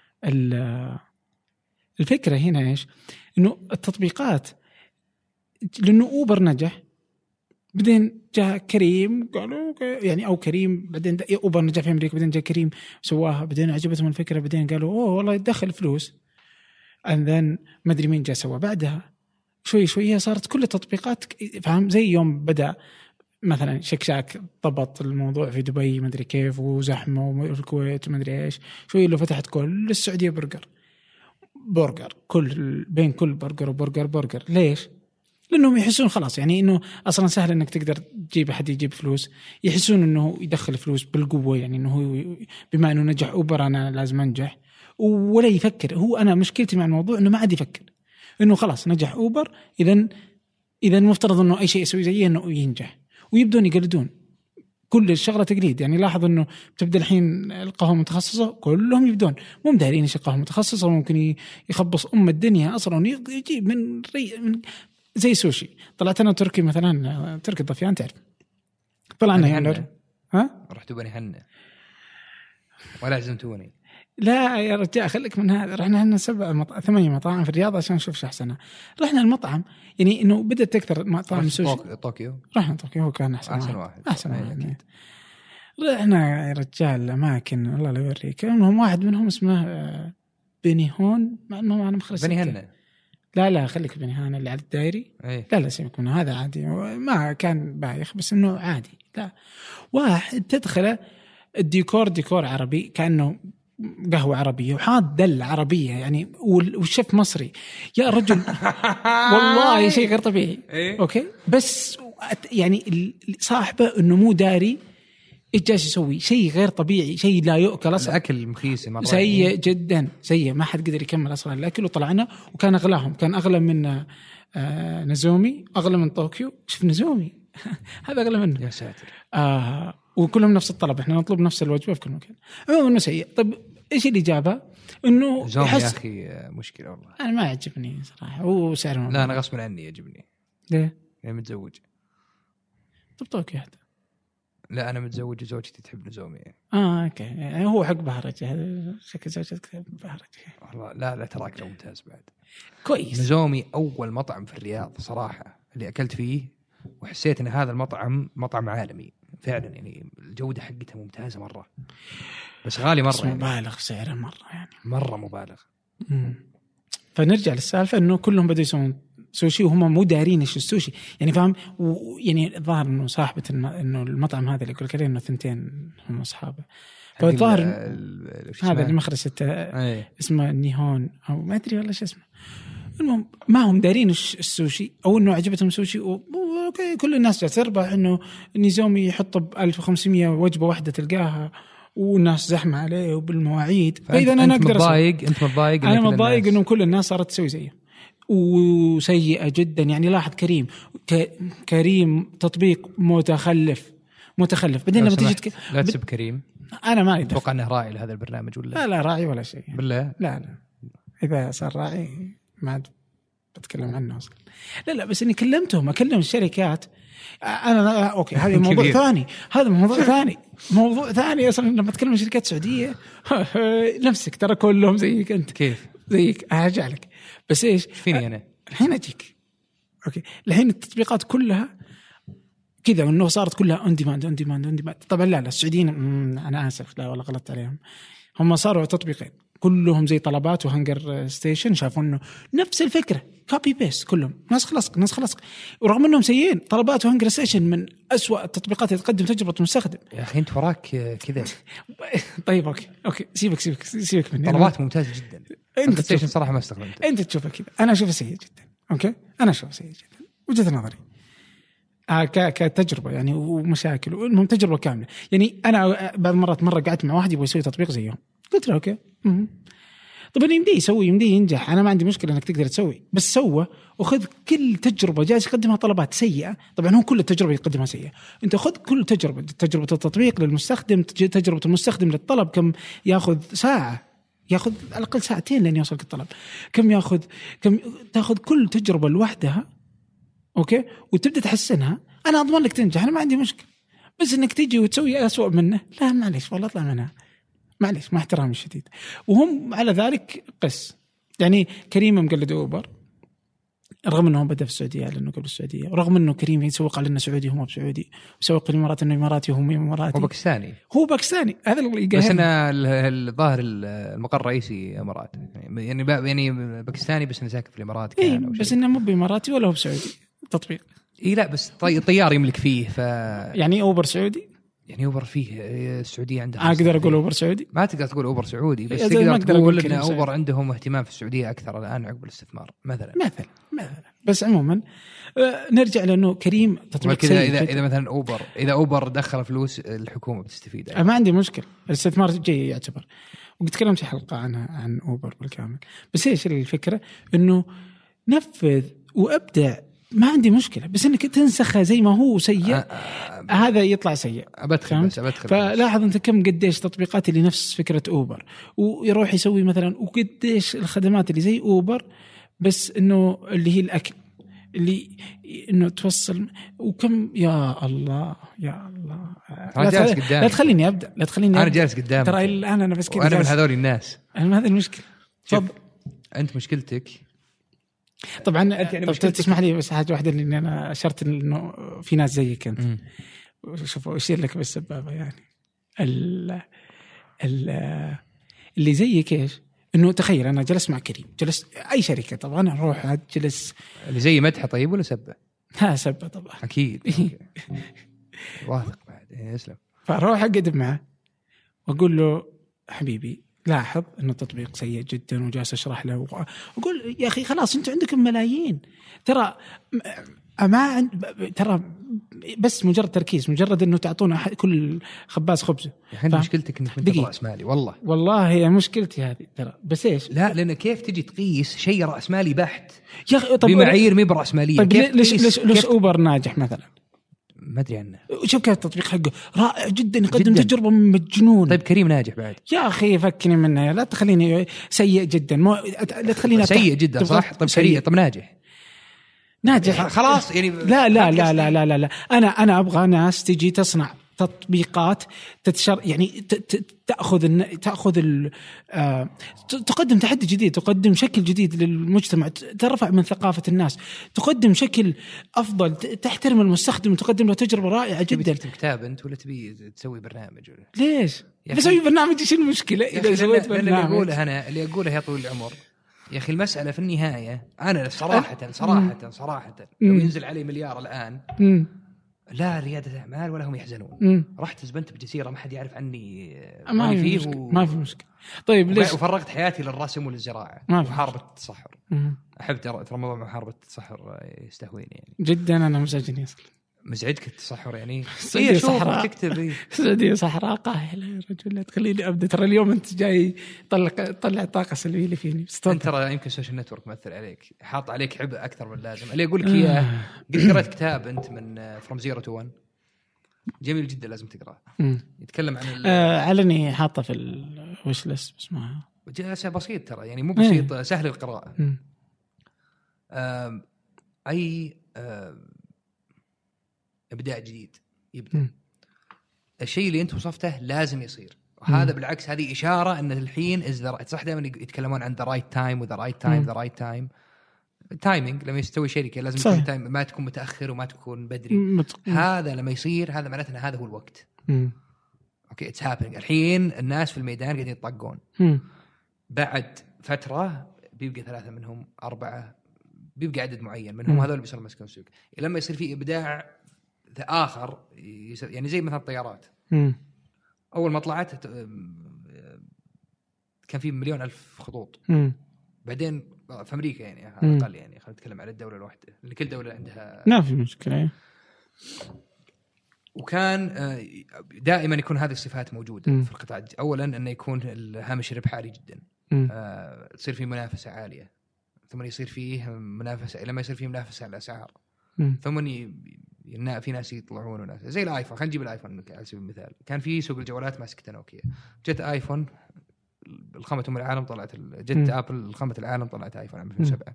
الفكره هنا ايش؟ انه التطبيقات لانه اوبر نجح بعدين جاء كريم قالوا يعني او كريم بعدين اوبر نجح في امريكا بعدين جاء كريم سواها بعدين عجبتهم الفكره بعدين قالوا اوه والله يدخل فلوس and then ما ادري مين جاء سوا بعدها شوي شويه صارت كل التطبيقات فهم. زي يوم بدا مثلا شكشاك ضبط الموضوع في دبي ما ادري كيف وزحمه والكويت ما ادري ايش، شوي لو فتحت كل السعوديه برجر برجر كل بين كل برجر وبرجر برجر. ليش؟ لأنهم يحسون خلاص يعني إنه أصلاً سهل إنك تقدر تجيب أحد يجيب فلوس، يحسون إنه يدخل فلوس بالقوة يعني إنه هو بما إنه نجح أوبر أنا لازم أنجح ولا يفكر. هو أنا مشكلتي مع الموضوع إنه ما عاد يفكر إنه خلاص نجح أوبر إذن إذن مفترض إنه أي شيء يسوي زيه إنه ينجح، ويبدون يقلدون كل الشغلة تقليد. يعني لاحظ إنه تبدأ الحين القهوة متخصصة كلهم يبدون مو مدارين إيش القهوة متخصصة، ممكن يخبص أم الدنيا أصلاً يجيب من ري من زي سوشي. طلعت أنا تركي مثلا تركي الضفيان تعرف طلعنا يعني ها رحتوا بني هنة ولا عزمتوني؟ لا يا رجال خليك من هذا. رحنا لنا سبع مط... ثمانية مطاعم في الرياض عشان نشوف شو أحسنها. رحنا المطعم يعني إنه بدأت تكثر مطاعم سوشي. طوكيو رحنا طوكيو هو كان أحسن, أحسن واحد, واحد. أحسن واحد يعني. رحنا يا رجال أماكن الله لا يوريك. منهم واحد منهم اسمه بني هون مع إنه أنا مخلص بني هنة. لا لا خليك بني هان اللي على الدائري. أيه. لا لا سيبك منه هذا عادي ما كان بايخ بس إنه عادي. لا واحد تدخله الديكور ديكور عربي كأنه قهوة عربية وحاط دل عربية يعني والشيف مصري يا رجل والله شيء غير طبيعي. إيه؟ أوكي بس يعني صاحبه إنه مو داري إيش جالس يسوي شيء غير طبيعي شيء لا يؤكل أصلا. الأكل مخيس مرة سيء يعني. جدا سيء ما حد قدر يكمل أصلا الأكل. وطلعنا وكان أغلاهم كان أغلى من آه نزومي أغلى من طوكيو. شوف نزومي هذا أغلى منه يا ساتر. آه وكلهم نفس الطلب احنا نطلب نفس الوجبة في كل مكان. عموما إنه سيء. طب إيش اللي جابه إنه يا أخي مشكلة والله. أنا ما يعجبني صراحة هو سعره. لا أنا غصب عني يعجبني. ليه؟ يعني متزوج. طب طوكيو هذا. لا أنا متزوج وزوجتي تحب نزومي. آه أوكي يعني هو حق بهرجة هذا شكل زوجتك بهرجة. والله لا لا تراك لو ممتاز بعد. كويس. نزومي أول مطعم في الرياض صراحة اللي أكلت فيه وحسيت إن هذا المطعم مطعم عالمي فعلا يعني الجودة حقتها ممتازة مرة بس غالي مرة يعني. مبالغ في سعره مرة يعني مرة مبالغ. مم. فنرجع للسالفة إنه كلهم بدوا يسوون سوشي وهم مو دارين إيش السوشي يعني فاهم. ويعني الظاهر إنه صاحبة الم... إنه المطعم هذا اللي يقول كذا إنه ثنتين هم أصحابه. فالظاهر هذا اللي مخرج أيه. اسمه نيهون أو ما أدري والله شو اسمه. المهم ما هم دارين السوشي أو إنه عجبتهم سوشي و... أوكي كل الناس جالسة تربح إنه نيزومي يحط بألف وخمسمية وجبة واحدة تلقاها والناس زحمة عليه وبالمواعيد. فإذا أنا أقدر متضايق أنت متضايق أنا متضايق إنه كل الناس صارت تسوي زيه وسيئة جدا يعني. لاحظ كريم ك... كريم تطبيق متخلف متخلف. بعدين لما تيجي تك... لا تسب كريم. أنا ما أتوقع أنه راعي لهذا البرنامج ولا لا لا راعي ولا شيء يعني. بالله لا لا إذا صار راعي ما عاد بتكلم عنه أصلا. لا لا بس إني كلمتهم أكلم الشركات أنا أوكي هذا موضوع ثاني هذا موضوع ثاني موضوع ثاني أصلا. لما أتكلم عن شركات سعودية نفسك ترى كلهم زيك أنت كيف زيك أرجع لك بس إيش فيني أنا الحين أجيك. أوكي الحين التطبيقات كلها كذا وإنه صارت كلها أون ديماند أون ديماند أون ديماند. طبعا لا لا السعوديين أنا آسف لا والله غلطت عليهم. هم صاروا تطبيقين كلهم زي طلبات وهنجر ستيشن شافوا إنه نفس الفكرة كوبي بيست كلهم ناس خلص ناس خلص. ورغم إنهم سيئين طلبات وهنجر ستيشن من أسوأ التطبيقات اللي تقدم تجربة المستخدم. يا أخي أنت وراك كذا. طيب أوكي أوكي سيبك سيبك سيبك مني. طلبات ممتازة جدا انت ستيشن صراحه ما استخدمته. انت تشوفه كذا، انا اشوفه سيء جدا. اوكي انا اشوفه سيء جدا وجهه نظري آه كتجربه يعني ومشاكل، وانهم تجربه كامله. يعني انا بعض المرات مره قعدت مع واحد يبغى يسوي تطبيق زيهم، قلت له اوكي م- طبعا يمديه يسوي يمديه ينجح، انا ما عندي مشكله انك تقدر تسوي، بس سوى وخذ كل تجربه جالس يقدمها طلبات سيئه. طبعا هو كل التجربه يقدمها سيئه، انت خذ كل تجربه، تجربه التطبيق للمستخدم، تجربه المستخدم للطلب، كم ياخذ ساعه، ياخذ على الاقل ساعتين لين يوصلك الطلب، كم ياخذ، كم تاخذ كل تجربه لوحدها اوكي وتبدا تحسنها. انا اضمن لك تنجح، انا ما عندي مشكله، بس انك تيجي وتسوي اسوأ منه لا معليش والله اطلع منها، معليش مع احترامي الشديد. وهم على ذلك قس. يعني كريم مقلد اوبر رغم انه بدا في السعوديه لانه قبل السعوديه، ورغم انه كريم يسوق على انه سعودي وهو بسعودي، ويسوق للامارات انه اماراتي وهو اماراتي، هو باكستاني هو باكستاني. هذا اللي بس انا الظاهر المقر الرئيسي امارات، يعني يعني باكستاني بس انا ساكن في الامارات كان إيه بس انه مو باماراتي ولا هو بسعودي تطبيق. اي لا بس طي... طيار يملك فيه ف يعني اوبر سعودي، يعني اوبر فيه السعوديه عندها. اقدر اقول اوبر سعودي؟ ما تقدر تقول اوبر سعودي، بس تقدر تقول ان اوبر عندهم اهتمام في السعوديه اكثر الان عقب الاستثمار مثلا مثلا مثلا. بس عموما نرجع لانه كريم تطبيق كذا. اذا اذا مثلا اوبر اذا اوبر دخل فلوس الحكومه بتستفيد. ما عندي مشكله، الاستثمار جاي يعتبر، وقد تكلمت في حلقه عنها عن اوبر بالكامل. بس ايش الفكره؟ انه نفذ وابدع، ما عندي مشكله، بس انك تنسخه زي ما هو سيء أه أه هذا يطلع سيء. ابدخل بس ابدخل. فلاحظ انت كم قديش تطبيقات اللي نفس فكره اوبر، ويروح يسوي مثلا، وقديش الخدمات اللي زي اوبر بس انه اللي هي الاكل اللي انه توصل، وكم يا الله يا الله. لا, تخل... لا تخليني ابدا لا تخليني انا جالس قدامك ترى الان انا بس كذا، وانا من هذول الناس. هذا المشكله. تفضل انت مشكلتك طبعا. يعني طب تسمح لي بس حاجه واحده، لان انا اشرت انه في ناس زيك انت. شوفوا اشير لك بالسبابه يعني ال ال اللي زيك ايش، انه تخيل انا جلس مع كريم، جلس اي شركه طبعا اروح اجلس اللي زي مدحه طيب ولا سبه؟ ها سبه طبعا اكيد. واثق بعد يسلم. فاروح اقعد معه واقول له حبيبي لاحظ انه التطبيق سيء جدا، وجالس اشرح له واقول يا اخي خلاص انتم عندكم ملايين، ترى ما عند ترى بس مجرد تركيز، مجرد انه تعطونا كل خباز خبزه. الحين مشكلتك انك انت راس مالي. والله والله هي مشكلتي هذه ترى. بس ايش لا لان كيف تجي تقيس شيء راس مالي بحت يا اخي بمعايير مي براس ماليه؟ طيب ليش ليش ليش اوبر ناجح مثلا؟ ما ادري عنه. شوف كيف التطبيق حقه رائع جدا، يقدم جداً. تجربه مجنون. طيب كريم ناجح بعد يا اخي فكني منه، لا تخليني سيء جدا، مو لا تخليني سيء جدا صح. طيب سيء طب ناجح ناجح خلاص يعني. لا لا لا لا لا لا, لا. انا انا ابغى ناس تجي تصنع تطبيقات تتشر يعني تاخذ تاخذ آه تقدم تحدي جديد، تقدم شكل جديد للمجتمع، ترفع من ثقافه الناس، تقدم شكل افضل، تحترم المستخدم، تقدم له تجربه رائعه جدا. تكتب كتاب انت ولا تبي تسوي برنامج ولا ليش بسوي برنامج؟ ايش المشكله اذا سويت برنامج؟ اللي اقوله انا اللي اقوله يا طويل العمر يا اخي المساله في النهايه انا صراحه صراحه صراحه لو ينزل علي مليار الان لا ريادة أعمال ولا هم يحزنون. مم. رحت زبنت بجزيرة ما حد يعرف عني ما في فيه و... ما في مشكلة. طيب ليش وفرغت حياتي للرسم وللزراعة ومحاربة التصحر. مم. أحب ترى موضوع محاربة التصحر يستهويني يعني جدا. أنا مزعجني أصلا. مزعجك التصحر يعني؟ إيه صحراء تكتب إيه السعودية صحراء قاهلة يا رجل، لا تخليني أبدأ. ترى اليوم أنت جاي طلع طلع طاقة سلبية اللي فيني. أنت ترى يمكن سوشيال نتورك مؤثر عليك، حاط عليك عبء أكثر من اللازم. اللي أقول لك إياه قد قرأت كتاب أنت من From Zero to One جميل جدا لازم تقرأه. يتكلم عن آه علني حاطة في الوش ليست اسمها جلسة بسيط ترى يعني مو بسيط مم. سهل القراءة. آه أي آه إبداع جديد يبدأ م. الشيء اللي أنت وصفته لازم يصير، وهذا م. بالعكس هذه إشارة أن الحين صح دائما يتكلمون عن the right time و the right time م. the right time timing. لما يستوي شركة لازم يكون تايم، ما تكون متأخر وما تكون بدري. م. هذا لما يصير هذا معناته أن هذا هو الوقت. م. أوكي it's happening. الحين الناس في الميدان قاعدين يطقون، بعد فترة بيبقى ثلاثة منهم أربعة، بيبقى عدد معين منهم هذول بيصيروا مسكون سوق. لما يصير في إبداع آخر يعني زي مثلا الطيارات. م. أول ما طلعت كان في مليون ألف خطوط م. بعدين في امريكا يعني على الاقل يعني خلينا نتكلم على الدوله الواحده لان كل دوله عندها ما في مشكله. وكان دائما يكون هذه الصفات موجوده م. في القطاع. اولا انه يكون الهامش الربح عالي جدا، آه، تصير فيه منافسه عاليه، ثم يصير فيه منافسه لما يصير فيه منافسه على الاسعار، ثم ي... في ناس يطلعون وناس زي الايفون. خلينا نجيب الايفون على سبيل المثال. كان في سوق الجوالات ماسكته نوكيا، جت ايفون الخامة ام العالم طلعت جت م. ابل الخامة العالم طلعت ايفون عام ألفين وسبعة.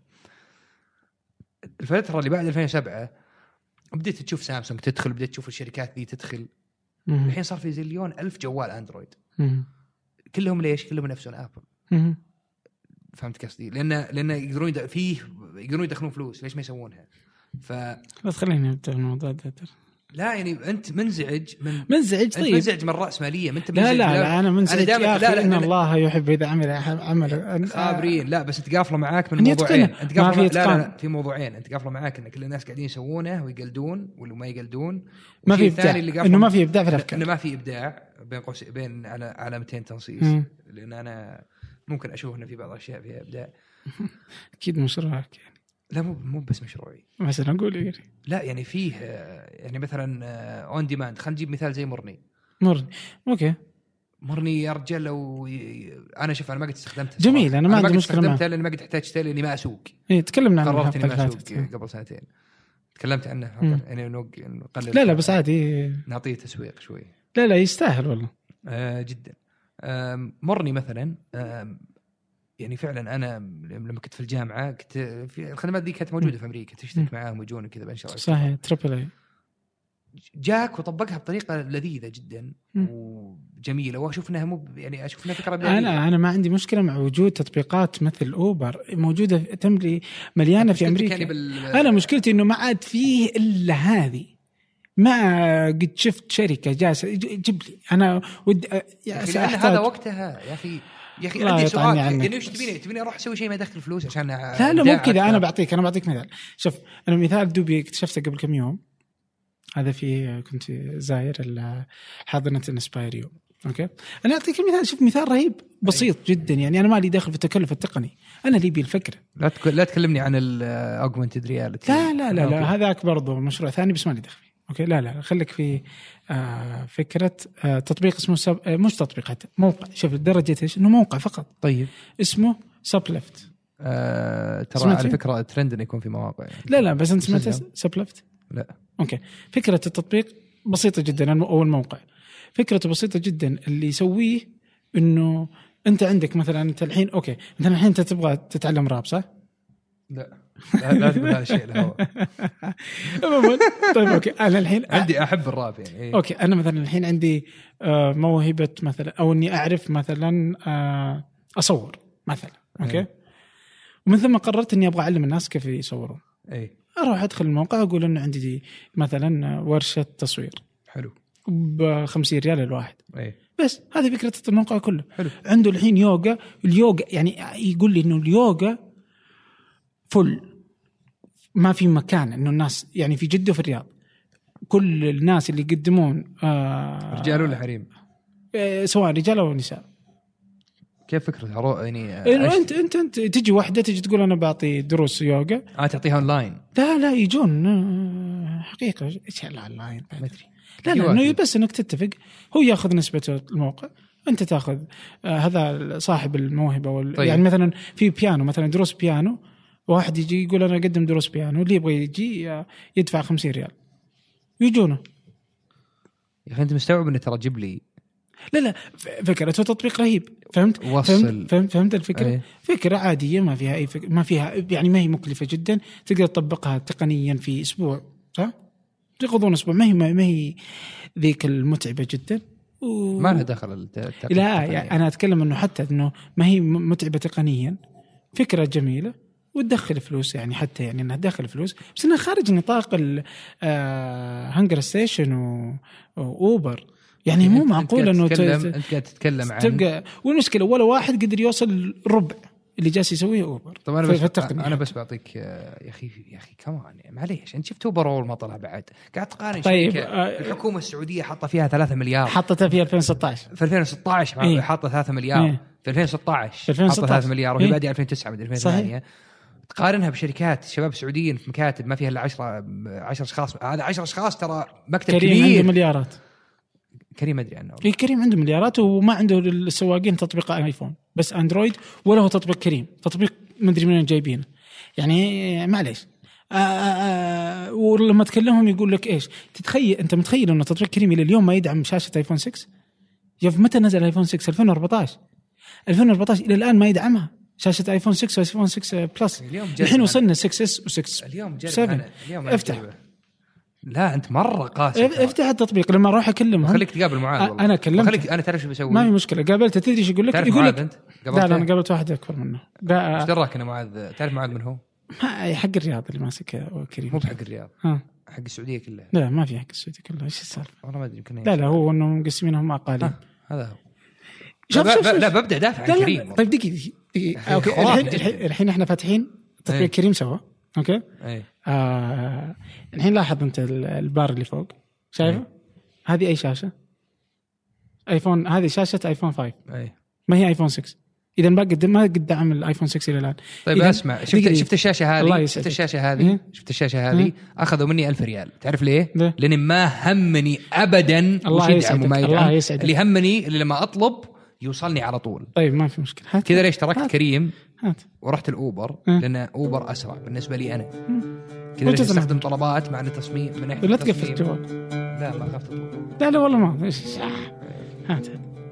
الفتره اللي بعد ألفين وسبعة بديت تشوف سامسونج تدخل، بديت تشوف الشركات دي تدخل. مم. الحين صار في زليون ألف جوال أندرويد. مم. كلهم ليش؟ كلهم نفسهم أبل. مم. فهمت قصدي؟ لأن لأن يقدرون يد... فيه يقدرون يدخلون فلوس، ليش ما يسوونها؟ ف لا تخليني أبدأ الموضوع ده. لا يعني أنت منزعج من منزعج. طيب منزعج من الرأسمالية. ما أنت لا لا, لا, لا أنا منزعج أنا يا أخي. لا لا إن الله يحب إذا عمل عمل خابرين. لا بس أنت قافلة معاك من موضوعين. أنت قافلة لا, لا لا في موضوعين. أنت قافلة معاك إن كل الناس قاعدين يسوونه ويقلدون ولا ما يقلدون. ما في إبداع. إنه ما في إبداع في الأفكار. إنه ما في إبداع بين قوس بين على علامتين تنصيص. لأن أنا ممكن أشوف إن في بعض الأشياء فيها إبداع. أكيد مشروعك يعني. لا مو مو بس مشروعي. مثلا أقول يعني. لا يعني فيه يعني مثلا اون ديماند. خلينا نجيب مثال زي مرني. مرني اوكي. مرني يا رجال لو ي... انا شوف انا ما قد استخدمته. جميل. انا ما عندي مشكله معه. استخدمته لاني ما قد احتاجته لاني ما اسوق. ايه تكلمنا عنه. قررت اني ما اسوق قبل سنتين. تكلمت عنه يعني نقلل. لا لا بس عادي نعطيه تسويق شوي. لا لا يستاهل والله. آه جدا. آه مرني مثلا آه يعني فعلا انا لما كنت في الجامعه كنت في الخدمات دي كانت موجوده في امريكا تشترك معاهم ويجون كذا بنشر. صحيح تريبل اي. جاك وطبقها بطريقه لذيذه جدا م. وجميله واشوف انها مو يعني اشوف انها فكره بديهيه. انا انا ما عندي مشكله مع وجود تطبيقات مثل اوبر موجوده تملي مليانه في امريكا. يعني بال... انا مشكلتي انه ما عاد فيه الا هذه. ما قد شفت شركه جالسه جيب لي انا ودي هذا وقتها يا اخي. يا اخي عندي سؤال يعني وش تبيني تبيني اروح اسوي شيء ما ادخل فلوس عشان لا لا مو كذا. انا بعطيك انا بعطيك مثال. شوف انا مثال دوبي اكتشفته قبل كم يوم. هذا في كنت زاير حاضنه انسبايريو. اوكي انا اعطيك مثال. شوف مثال رهيب بسيط جدا. يعني انا ما لي داخل في التكلف التقني. انا لي بي الفكره. لا تك... لا تكلمني عن الاوجمنتد رياليتي. لا لا لا, لا هذاك برضه مشروع ثاني بس ما لي دخل. اوكي لا لا خليك في آه فكره آه تطبيق اسمه سب... آه مش تطبيقات موقع. شوف الدرجه ايش انه موقع فقط. طيب اسمه سبلفت. آه ترى على فكره ترند انه يكون في مواقع يعني. لا لا بس انت سمعت سبلفت؟ لا اوكي. فكره التطبيق بسيطه جدا او الموقع فكرته بسيطه جدا. اللي يسويه انه انت عندك مثلا انت الحين اوكي انت الحين انت تبغى تتعلم راب صح؟ لا لا, لا تقول هذا الشيء له. طيب اوكي انا الحين عندي احب الراب يعني إيه؟ اوكي انا مثلا الحين عندي آه موهبه مثلا او اني اعرف مثلا آه اصور مثلا اوكي إيه؟ ومن ثم قررت اني ابغى اعلم الناس كيف يصورون. اي اروح ادخل الموقع اقول انه عندي دي مثلا ورشه تصوير حلو بخمسين ريال الواحد. اي بس هذه فكره الموقع كله. حلو. عنده الحين يوغا. اليوغا يعني يقول لي انه اليوغا فل ما في مكان انه الناس يعني في جدة وفي الرياض كل الناس اللي يقدمون آه رجال ولا حريم آه سواء رجال او نساء. كيف فكرة يعني إنه انت انت انت تجي واحدة تجي تقول انا بعطي دروس يوغا اه تعطيها اونلاين. لا لا يجون آه حقيقة ايش لا اونلاين ما ادري. لا لا انه بس انك تتفق هو ياخذ نسبة الموقع انت تاخذ آه هذا صاحب الموهبة وال... طيب. يعني مثلا في بيانو مثلا دروس بيانو واحد يجي يقول أنا أقدم دروس بيانو اللي يبغى يجي يدفع خمسين ريال يجونه. يا أخي أنت مستوعب إنه ترى جيب لي. لا لا فكرته تطبيق رهيب. فهمت فهمت فهمت, فهمت الفكرة. أيه. فكرة عادية ما فيها أي فكرة ما فيها يعني ما هي مكلفة جدا تقدر تطبقها تقنيا في أسبوع صح تقضون أسبوع ما هي ما هي ذيك المتعبة جدا و... ما لها دخل التقنية. لا يعني أنا أتكلم إنه حتى إنه ما هي متعبة تقنيا فكرة جميلة وتدخل فلوس يعني حتى يعني انها تدخل فلوس بس انها خارج نطاق الهنجر ستيشن واوبر يعني مو معقول انه تتكلم انت قاعد تتكلم عن تبقى والمشكله ولا واحد قدر يوصل ربع اللي جالس يسويه اوبر. طب انا بس انا بس بعطيك يا اخي يا اخي كمان يعني معليش، انت شفت اوبر اول ما طلع بعد قاعد تقارن طيب شركه آه الحكومه السعوديه حاطه فيها ثلاثة مليار، حطتها في ألفين وستة عشر في ألفين وستة عشر إيه؟ حاطه ثلاثة مليار إيه؟ في ألفين وستة عشر حاطه ثلاثة مليار وهي إيه؟ بعد ألفين وتسعة من ألفين وثمانية تقارنها بشركات شباب سعوديين في مكاتب ما فيها الا عشرة عشرة اشخاص. هذا عشرة اشخاص ترى مكتب كريم كبير. عنده مليارات. كريم ادري عنه. اي كريم عنده مليارات وما عنده السواقين تطبيق ايفون بس اندرويد، ولا هو تطبيق كريم تطبيق ما ادري منين جايبينه يعني معليش. آآ آآ ولما تكلمهم يقول لك ايش تتخيل انت متخيل انه تطبيق كريم الى اليوم ما يدعم شاشه ايفون ستة؟ يا متى نزل ايفون ستة؟ ألفين وأربعة عشر ألفين وأربعة عشر الى الان ما يدعمها شاشه ايفون ستة وايفون ستة بلس. الحين وصلنا ستة اس و6 اليوم سبعة. اليوم افتح جربه. لا انت مره قاسي. افتح التطبيق لما اروح اكلمهم. خليك تقابل معاذ والله. انا كلمت خليك انا تعرف شو بسوي. ما في مشكله قابلته. تدري ايش يقول لك؟ يقول لك انت لا لا انا قابلت واحد اكبر منه. ايش دراك انا معاذ؟ تعرف معاذ من هو؟ ما حق الرياض اللي ماسك كريم. مو بحق الرياض ها حق السعوديه كلها. لا ما في حق السعوديه كلها. ايش السالفه؟ والله ما ادري يمكن. لا لا هو انه مقسمينهم اقاليم. هذا هو. شوف لا, شوف لا, لا ببدا دافع عن كريم. طيب دقيقه دقيقه اوكي الحين الحين احنا فاتحين تطبيق كريم سوا اوكي اي آه الحين لاحظ انت البار اللي فوق شايفه؟ هذه اي شاشه؟ ايفون. هذه شاشه ايفون خمسة اي ما هي ايفون ستة. اذا ما قد ما قد دعم الايفون ستة الى الان. طيب اسمع شفت شفت الشاشه هذه شفت الشاشه هذه شفت الشاشه هذه اخذوا مني ألف ريال. تعرف ليه؟ ليه؟ لاني ما همني ابدا وش يدعم وما يدعم. اللي همني اللي لما اطلب يوصلني على طول. طيب ما في مشكله. كذا ليش تركت هات. كريم هات. ورحت الاوبر لان اوبر اسرع بالنسبه لي انا. كذا ليش استخدم طلبات مع التصميم من ناحيه لا تقفل الجوال. لا ما خفت الجوال. لا لا والله ما ايش هات.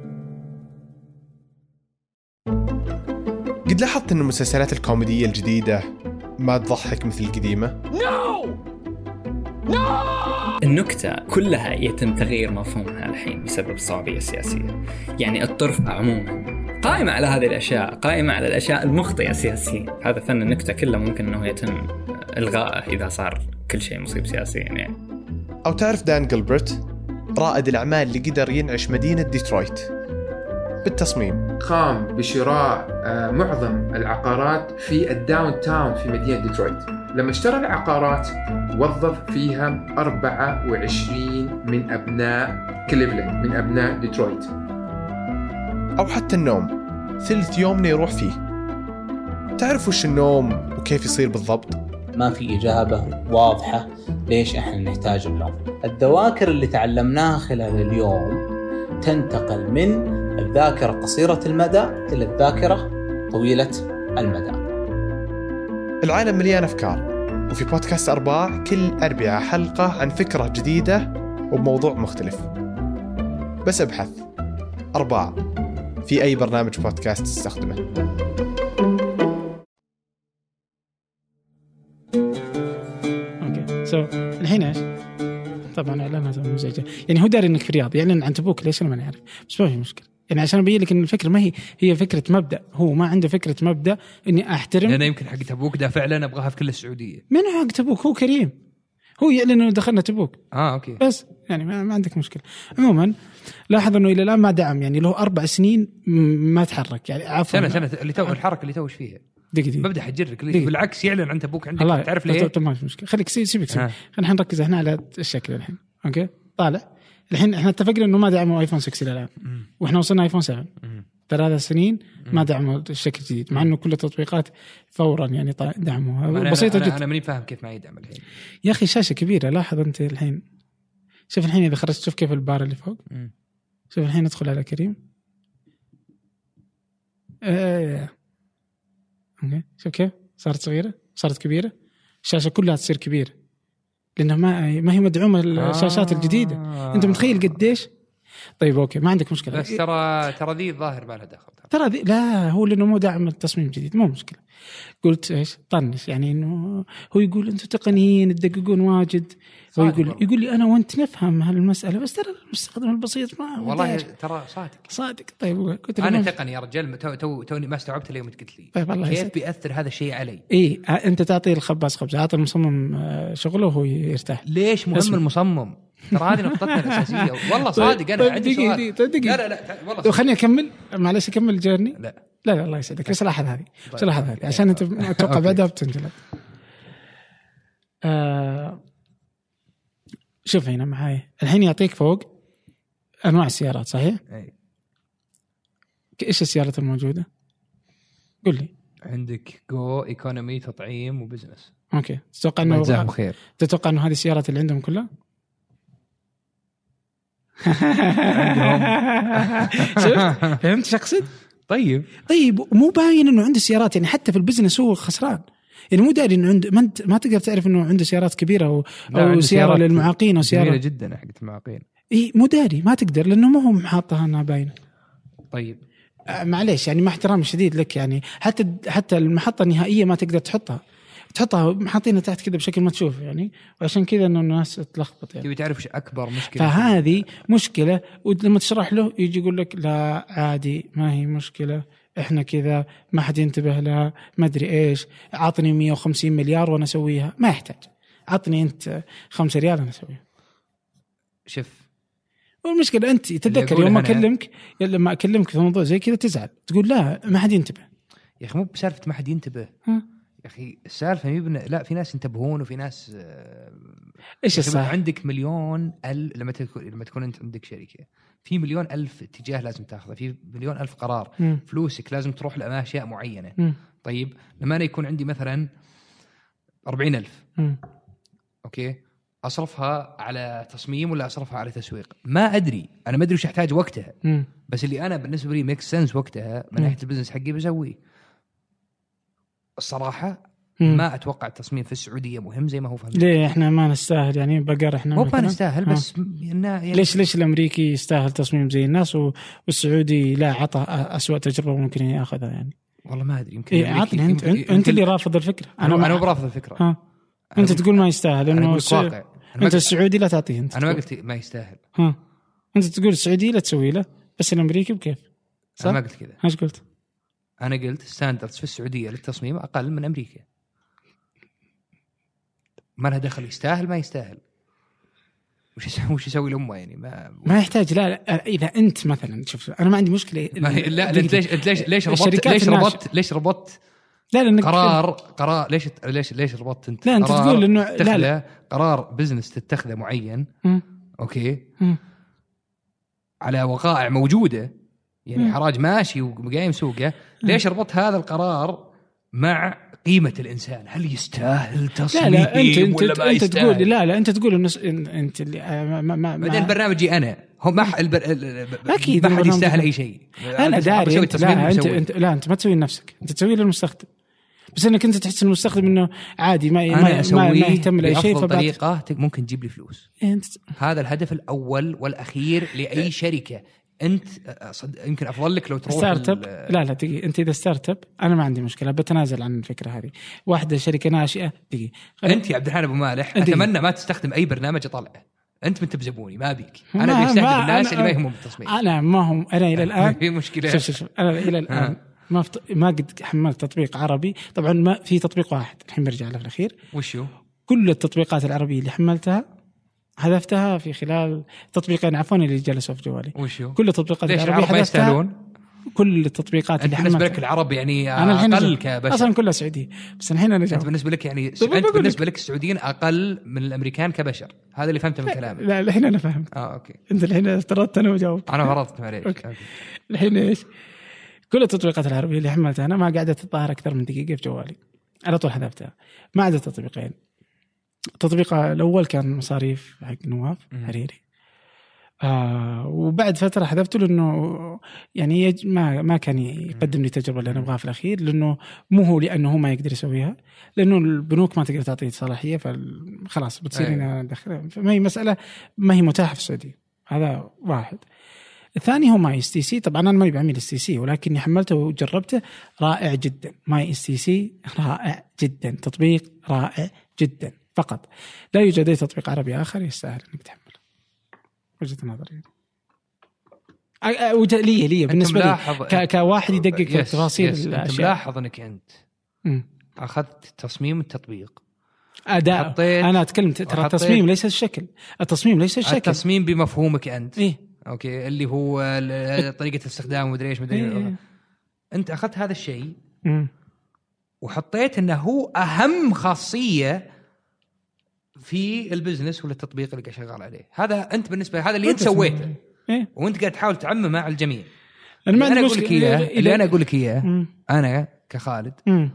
قد لاحظت أن المسلسلات الكوميدية الجديدة ما تضحك مثل القديمة؟ no! no! النكتة كلها يتم تغيير مفهومها الحين بسبب الصعوبية السياسية. يعني الطرف عموما قائمة على هذه الأشياء، قائمة على الأشياء المخطئة سياسيا. هذا فن النكتة كله ممكن أنه يتم إلغائه إذا صار كل شيء مصيب سياسيا يعني. أو تعرف دان جيلبرت رائد الأعمال اللي قدر ينعش مدينة ديترويت بالتصميم؟ قام بشراء معظم العقارات في الداون تاون في مدينة ديترويت. لما اشترى العقارات وظف فيها أربعة وعشرين من أبناء كليفلاند من أبناء ديترويت. أو حتى النوم ثلث يومنا يروح فيه. تعرف وش النوم وكيف يصير بالضبط؟ ما في إجابة واضحة ليش إحنا نحتاج النوم. الذواكر اللي تعلمناها خلال اليوم تنتقل من الذاكرة قصيرة المدى إلى الذاكرة طويلة المدى. العالم مليان أفكار، وفي بودكاست أرباع كل أربعة حلقة عن فكرة جديدة وبموضوع مختلف. بس ابحث أرباع في أي برنامج بودكاست تستخدمه. أوكي سو الحين إيش؟ طبعا إعلانات مزعجة. يعني هو داري إنك في رياض يعني عن تبوك ليش أنا ما نعرف بس ما في مشكلة. يعني عشان أبين لك إن الفكرة ما هي هي فكرة مبدأ. هو ما عنده فكرة مبدأ إني أحترم. أنا يمكن حق تبوك ده فعلا أبغاها في كل السعودية. من حق تبوك؟ هو كريم هو يعلن إنه دخلنا تبوك. آه أوكي. بس يعني ما, ما عندك مشكلة. عموما لاحظ إنه إلى الآن ما دعم يعني له أربع سنين ما تحرك يعني عفوا. سنة سنة اللي تو الحركة اللي توش فيها. دقيقة ببدأ حجرك بالعكس يعلن عن تبوك عندك. الله تعرف ليه؟ طب ما في مشكلة. خليك سيبك سيبك. خلينا نركز هنا على الشكل الحين. أوكي طالع الحين احنا اتفقنا انه ما دعموا ايفون ستة الى الان واحنا وصلنا ايفون سبعة ثلاث سنين ما دعموا الشكل الجديد مع انه كل التطبيقات فورا يعني دعموها بسيطه جدا. انا ماني فاهم كيف ما يدعم الحين يا اخي الشاشه كبيره. لاحظ انت الحين شوف الحين اذا خرجت شوف كيف البار اللي فوق. شوف الحين ادخل على كريم ايه. اوكي شوف كيف صارت صغيره صارت كبيره. الشاشه كلها تصير كبيره لأنها ما ما هي مدعومة الشاشات آه. الجديدة. أنت متخيل قديش؟ طيب أوكي ما عندك مشكلة. بس ترى ترى ذي الظاهر ما لها دخل. ترى ذي لا هو لأنه مو داعم التصميم الجديد مو مشكلة. قلت إيش طنش يعني إنه هو يقول أنتوا تقنيين تدققون واجد. هو يقول والله. يقول لي أنا وأنت نفهم هالمسألة بس ترى المستخدم البسيط ما والله ترى صادق صادق. طيب قلت أنا تقني يا رجال تو تو توني ما استوعبت اليوم قلت لي طيب الله كيف يسعد. بيأثر هذا الشيء علي؟ إيه أنت تعطي الخباز خبز عطى المصمم شغله وهو يرتاح. ليش مهم اسم. المصمم ترى هذه نقطتنا الاساسيه والله صادق. انا طيب عندي دقيقة سؤال. دقيقة. لا لا لا والله خليني اكمل معلش اكمل الجيرني. لا لا لا الله يسعدك بس لاحظ هذه طيب. بس لاحظ هذه عشان انت اتوقع بعدها بتنجلد. آه شوف هنا معاي الحين يعطيك فوق انواع السيارات صحيح؟ أي. ايش السيارات الموجوده؟ قل لي. عندك جو ايكونومي تطعيم وبزنس. اوكي تتوقع انه جزاهم خير. تتوقع انه هذه السيارات اللي عندهم كلها؟ شفت فهمت شو اقصد؟ طيب طيب مو باين انه عنده سيارات يعني حتى في البزنس هو خسران يعني مو داري انه عنده ما, ما تقدر تعرف انه عنده سيارات كبيره او, أو سياره للمعاقين او سياره جميله جدا حقت المعاقين. اي مو داري ما تقدر لانه ما هو محاطها انها باينه. طيب آه معليش يعني مع احترام شديد لك يعني حتى حتى المحطه النهائيه ما تقدر تحطها تحطها محاطينها تحت كذا بشكل ما تشوف يعني وعشان كذا انه الناس تلخبط يعني. تبي تعرف ايش اكبر مشكله؟ فهذه مشكله ولما تشرح له يجي يقول لك لا عادي ما هي مشكله احنا كذا ما حد ينتبه لها ما ادري ايش عطني مية وخمسين مليار وانا اسويها ما يحتاج عطني انت خمسة ريال انا اسويها. شوف والمشكله انت تتذكر يوم ما اكلمك لما اكلمك في موضوع زي كذا تزعل تقول لا ما حد ينتبه. يا اخي مو بسالفه ما حد ينتبه ها؟ يا اخي السالفه مبنى لا في ناس ينتبهون وفي ناس ايش الصح؟ عندك مليون ال لما تكون لما تكون انت عندك شركه في مليون ألف اتجاه لازم تاخذه في مليون ألف قرار. م. فلوسك لازم تروح لأشياء معينة. م. طيب لما أنا يكون عندي مثلا أربعين ألف م. أوكي أصرفها على تصميم ولا أصرفها على تسويق ما أدري أنا ما أدري وش أحتاج وقتها. م. بس اللي أنا بالنسبة لي ميك سنس وقتها من ناحية البزنس حقي بسويه الصراحة. م. ما أتوقع التصميم في السعودية مهم زي ما هو فهم. ليه إحنا ما نستاهل يعني بقر إحنا مو ما نستاهل بس يعني ليش ليش الأمريكي يستاهل تصميم زي الناس والسعودي لا عطى أسوأ تجربة ممكن يأخذها يعني. والله ما أدري يمكن إيه عطني أنت يمكن أنت اللي رافض الفكرة. أنا أنا مو رافض الفكرة. ها أنت تقول ما يستاهل إنه واقع. أنت السعودي لا تعطيه أنت. أنا ما قلت ما يستاهل. ها أنت تقول السعودي لا تسوي له بس الأمريكي بكيف؟ أنا ما قلت كذا. إيش قلت؟ أنا قلت ستاندردز في السعودية للتصميم أقل من أمريكا. ما لها دخل يستاهل ما يستاهل وش يسوي وش يسوي الأمة يعني ما ما يحتاج. لا, لا إذا أنت مثلا شوف أنا ما عندي مشكلة. لا لا ليش ليش ليش ربطت ليش ربطت ليش ربطت لا لأنك قرار قرار ليش ليش ليش ربطت أنت لا أنت تقول إنه لا لا قرار بزنس تتخذه معين م. أوكي م. على وقائع موجودة يعني م. حراج ماشي وقايم سوقه. ليش ربطت هذا القرار مع قيمة الإنسان؟ هل يستاهل تصميم لا لا أنت أنت, ولا ما أنت يستاهل؟ تقول لا لا أنت تقول إنه أنت اللي ما ما بعدين برنامجي أنا هو ما البر... أكيد ما حد يستاهل أي شيء. أنا داري أنت لا أنت, أنت لا أنت ما تسوي لنفسك أنت تسوي للمستخدم بس إنك أنت تحس المستخدم إنه عادي ما أنا ما, ما, ما يهتم لأي شيء بأفضل طريقة ممكن تجيب لي فلوس. أنت هذا الهدف الأول والأخير لأي شركة. أنت يمكن أفضل لك لو تروح ستارت اب. لا لا دقيقة أنت إذا ستارت اب أنا ما عندي مشكلة بتنازل عن الفكرة هذه. واحدة شركة ناشئة دقيقة أنت يا عبد الحليم أبو مالح أتمنى ما تستخدم أي برنامج أطلعه. أنت من تبزبوني ما بيك أنا بيستخدم الناس اللي ما يهمهم التصميم. أنا ما هم أنا إلى الآن في مشكلة. شوف شوف أنا إلى الآن ما فت... ما قد حملت تطبيق عربي. طبعا ما في تطبيق واحد الحين برجع له في الأخير. وشو كل التطبيقات العربية اللي حملتها حذفتها في خلال تطبيقين عفوا اللي جلسوا في جوالي. وشو كل التطبيقات العربية حذفتها. كل التطبيقات اللي بالنسبة لك العرب يعني أنا أقل كبشر أصلا كلها سعودية بس الحين أنا أنت بالنسبة لك يعني أنت بالنسبة لك السعوديين أقل من الأمريكان كبشر. هذا اللي فهمته من كلامك. لا الحين أنا فهمت. آه أوكي أنت الحين افترضت أنا وجاوبت. أنا فرضت معليش. أوكي. أوكي. الحين إيش كل التطبيقات العربية اللي حملتها أنا ما قاعدة تظهر أكثر من دقيقة في جوالي على طول حذفتها ما عدا تطبيقين. التطبيق الأول كان مصاريف حق نواف حريري آه وبعد فترة حذفته لأنه يعني يج... ما ما كان يقدم لي تجربة اللي أنا أبغاها في الأخير لأنه مو هو لأنه هو ما يقدر يسويها لأنه البنوك ما تقدر تعطيه صلاحية فخلاص بتصير هنا دخل فما هي مسألة ما هي متاحة في السعودية. هذا واحد. الثاني هو ماي اس تي سي. طبعا انا ما بعمل اس تي سي ولكني حملته وجربته رائع جدا. ماي اس تي سي رائع جدا تطبيق رائع جدا فقط لا يوجد اي تطبيق عربي اخر يستاهل انك تحمله. وجهة نظري وجه لي لي بالنسبه لي كواحد يدقق في التفاصيل الاشياء. انت ملاحظ انك انت م. اخذت تصميم التطبيق اداء. انا اتكلم ترى التصميم ليس الشكل، التصميم ليس الشكل، التصميم بمفهومك انت. إيه؟ اوكي، اللي هو طريقه الاستخدام ومدري ايش مدري إيه؟ انت اخذت هذا الشيء وحطيت انه هو اهم خاصيه في البزنس ولا التطبيق اللي شغال عليه. هذا انت بالنسبه هذا اللي انت سويته إيه؟ وانت قاعد تحاول تعممه على الجميع. انا ما انا اقول لك اياه، اللي انا اقول لك اياه انا كخالد،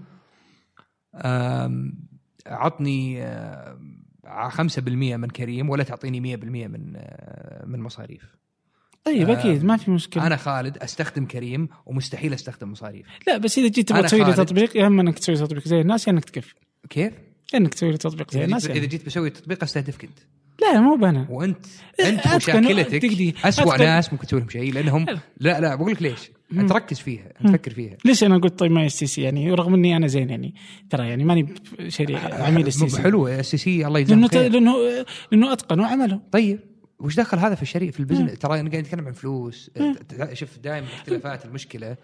عطني خمسة بالمئة من كريم ولا تعطيني مية بالمئة من من مصاريف. طيب اكيد ما في مشكله. انا خالد استخدم كريم ومستحيل استخدم مصاريف. لا بس اذا جيت تبغى تسوي لي تطبيق يا اما انك تسوي تطبيق زي الناس يا انك تكفي. كيف انك تسوي لي تطبيق زي الناس اذا جيت بسوي تطبيق استهدفك انت. لا مو بنا، وانت انت مشاكلتك اسوأ ناس ممكن تسوي لهم شيء لانهم لا لا بقول لك ليش تركز فيها تفكر فيها. ليش انا قلت طيب ما اس سي يعني رغم اني انا زين يعني ترى يعني ماني شريك عميل اس سي حلو اس سي الله يجزاك خير لانه لانه اتقن وعمله. طيب وش دخل هذا في الشريك في البزنس؟ ترى انا قاعد اتكلم عن فلوس. شوف دائما اختلافات المشكله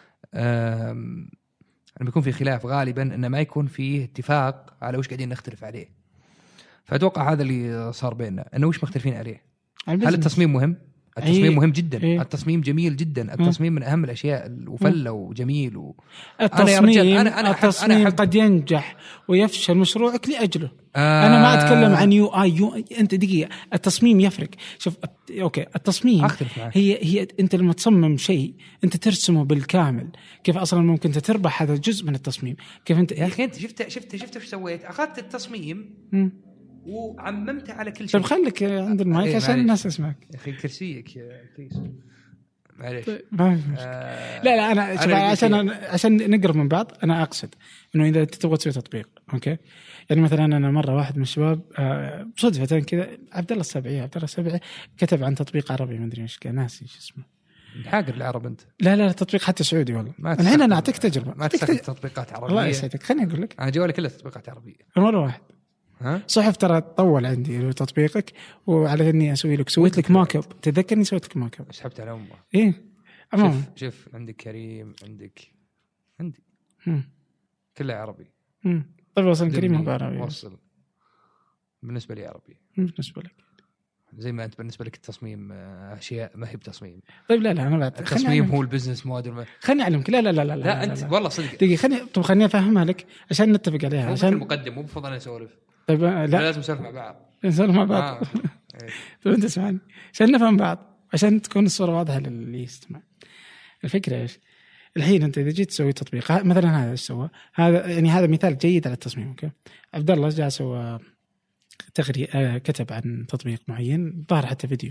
لما يكون في خلاف غالبا انه ما يكون فيه اتفاق على وش قاعدين نختلف عليه. فاتوقع هذا اللي صار بيننا انه وش مختلفين عليه. هل التصميم مهم؟ التصميم أيه. مهم جدا. أيه. التصميم جميل جدا. التصميم من اهم الاشياء وفله وجميل و... التصميم أنا أنا أنا التصميم أنا قد ينجح ويفشل مشروعك لاجله. آه. انا ما اتكلم عن يو اي يو انت دقيقه. التصميم يفرق. شوف اوكي التصميم هي هي انت لما تصمم شيء انت ترسمه بالكامل. كيف اصلا ممكن تربح هذا الجزء من التصميم؟ كيف انت يا اخي انت شفت شفت شفت ايش سويت؟ اخذت التصميم م. وعممت على كل شيء. طيب خليك عند المايك إيه عشان الناس تسمعك يا اخي. كرسيك يا بليز معليش. طيب ما في مشكله. آه لا لا انا, أنا عشان أنا عشان نقرب من بعض. انا اقصد انه اذا تبغى تسوي تطبيق اوكي يعني مثلا انا مره واحد من الشباب آه صدفه كذا عبد الله السبعي عبد الله السبعي كتب عن تطبيق عربي ما ادري ايش كان ناسي ايش اسمه. حاقر العرب انت. لا لا تطبيق حتى سعودي والله. الحين انا اعطيك تجربه. ما تستخدم تطبيقات عربيه. الله يسعدك خليني اقول لك انا جوالي كله تطبيقات عربيه. مره واحد ها؟ صحف ترى تطول عندي لو تطبيقك وعلى اني اسوي لك سويت لك ماك اب. تذكرني سويت لك ماك اب سحبت على امه. ايه شوف شوف عندك كريم عندك عندي كله عربي. امم طيب وصل كريم هو عربي. وصل بالنسبه لي عربي بالنسبه لك زي ما انت بالنسبه لك التصميم اشياء ما هي بتصميم. طيب لا لا انا بعد التصميم هو البزنس موديل. خلني اعلمك. لا لا لا لا, لا, لا انت لا لا. والله صدق دقيقه خلني طب خليني افهمها لك عشان نتفق عليها. عشان المقدم مو بفضل انا اسولف. طيب لا لازم نسولف مع بعض. نسولف مع بعض. آه. طيب انت اسمعني عشان نفهم بعض عشان تكون الصوره واضحه للي يستمع. الفكره ايش؟ الحين انت اذا جيت تسوي تطبيق مثلا هذا ايش سوى؟ هذا يعني هذا مثال جيد على التصميم. اوكي عبد الله جاء سوى تغري آه كتب عن تطبيق معين ظهر حتى فيديو.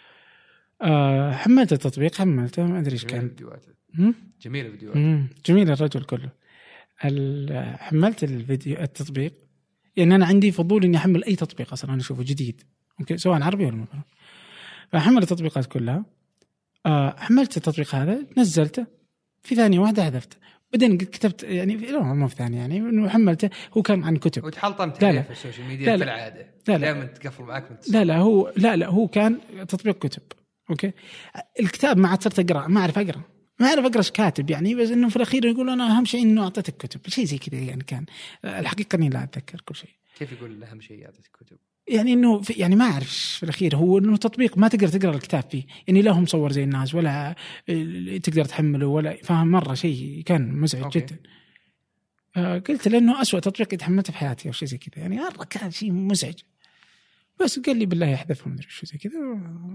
آه حملت التطبيق حملته ما ادري ايش كان. جميل الفيديوهات. جميل الرجل كله. حملت الفيديو التطبيق يعني انا عندي فضول اني احمل اي تطبيق اصلا انا اشوفه جديد اوكي سواء عربي ولا مغربي. فحملت التطبيقات كلها. آه حملت التطبيق هذا نزلته في ثانيه واحده حذفته. بعدين كتبت يعني لا مو في ثانيه يعني انه حملته هو كان عن كتب وتحلطمت عليه في السوشيال ميديا كالعاده. دائما تقفل معك من لا لا هو لا لا هو كان تطبيق كتب اوكي. الكتاب ما عاد صرت اقرا ما اعرف اقرا ما اعرف اقرا ايش كاتب يعني بس انه في الاخير يقول انا اهم شيء انه اعطيتك كتب شيء زي كذا يعني كان الحقيقه اني لا اتذكر كل شيء. كيف يقول اهم شيء اعطيتك كتب يعني انه يعني ما اعرف في الاخير هو انه تطبيق ما تقدر تقرا الكتاب فيه يعني لا هو مصور زي الناس ولا تقدر تحمله ولا فاهم مره شيء كان مزعج أوكي. جدا. قلت لانه أسوأ تطبيق تحملته في حياتي او شيء زي كذا يعني مره كان شيء مزعج بس قال لي بالله يحذفه مدري شو زي كذا.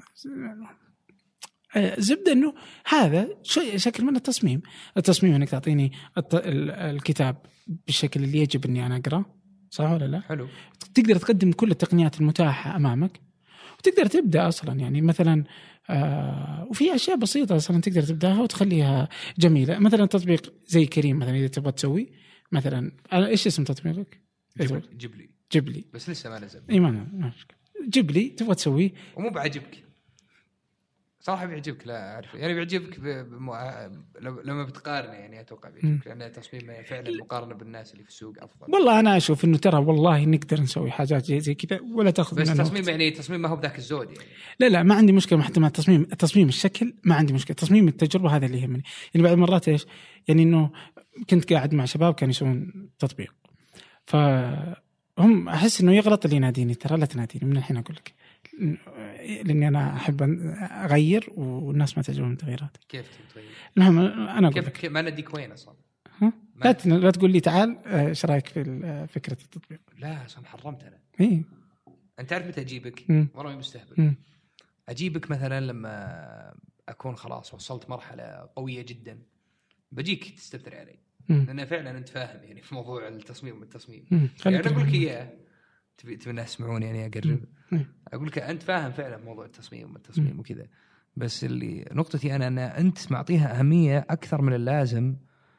زبده انه هذا شيء شكل من التصميم. التصميم انك تعطيني الكتاب بالشكل اللي يجب اني انا اقرا صح ولا لا؟ حلو. تقدر تقدم كل التقنيات المتاحه امامك وتقدر تبدا اصلا يعني مثلا آه وفي اشياء بسيطه اصلا تقدر تبداها وتخليها جميله. مثلا تطبيق زي كريم مثلا اذا تبغى تسوي مثلا ايش اسم تطبيقك؟ جبلي. جبلي بس لسه ما نزل. اي ما جبلي تبغى تسويه ومو بعجبك صراحه بيعجبك. لا اعرف يعني بيعجبك بمو... لما بتقارنه يعني اتوقع بيعجبك لان تصميمه فعلا مقارنه بالناس اللي في السوق افضل. والله انا اشوف انه ترى والله نقدر نسوي حاجات زي زي كذا ولا تاخذ بس تصميم يعني تصميم ما هو بذاك الزود يعني. لا لا ما عندي مشكله حتى مع التصميم. التصميم الشكل ما عندي مشكله. تصميم التجربه هذا اللي يهمني. يعني بعض المرات ايش يعني انه كنت قاعد مع شباب كانوا يسوون تطبيق ف هم احس انه يغلط اللي يناديني، ترى لا تناديني من الحين اقول لك، لاني انا احب اغير والناس ما تعجبهم التغييرات. كيف تغير؟ المهم انا اقول كيف ما نديك وين اصلا؟ ها؟ لا لا تقول لي تعال ايش رايك في فكره التطبيق؟ لا اصلا حرمت انا. ايه انت عارف متى اجيبك؟ والله مستهبل. مم. اجيبك مثلا لما اكون خلاص وصلت مرحله قويه جدا، بجيك تستفتر علي، لان فعلا انت فاهم يعني في موضوع التصميم والتصميم. يعني اقول لك اياه، تبي تبي الناس يسمعون يعني اقرب. اقول لك انت فاهم فعلا موضوع التصميم والتصميم وكذا، بس اللي نقطتي انا ان انت معطيها اهميه اكثر من اللازم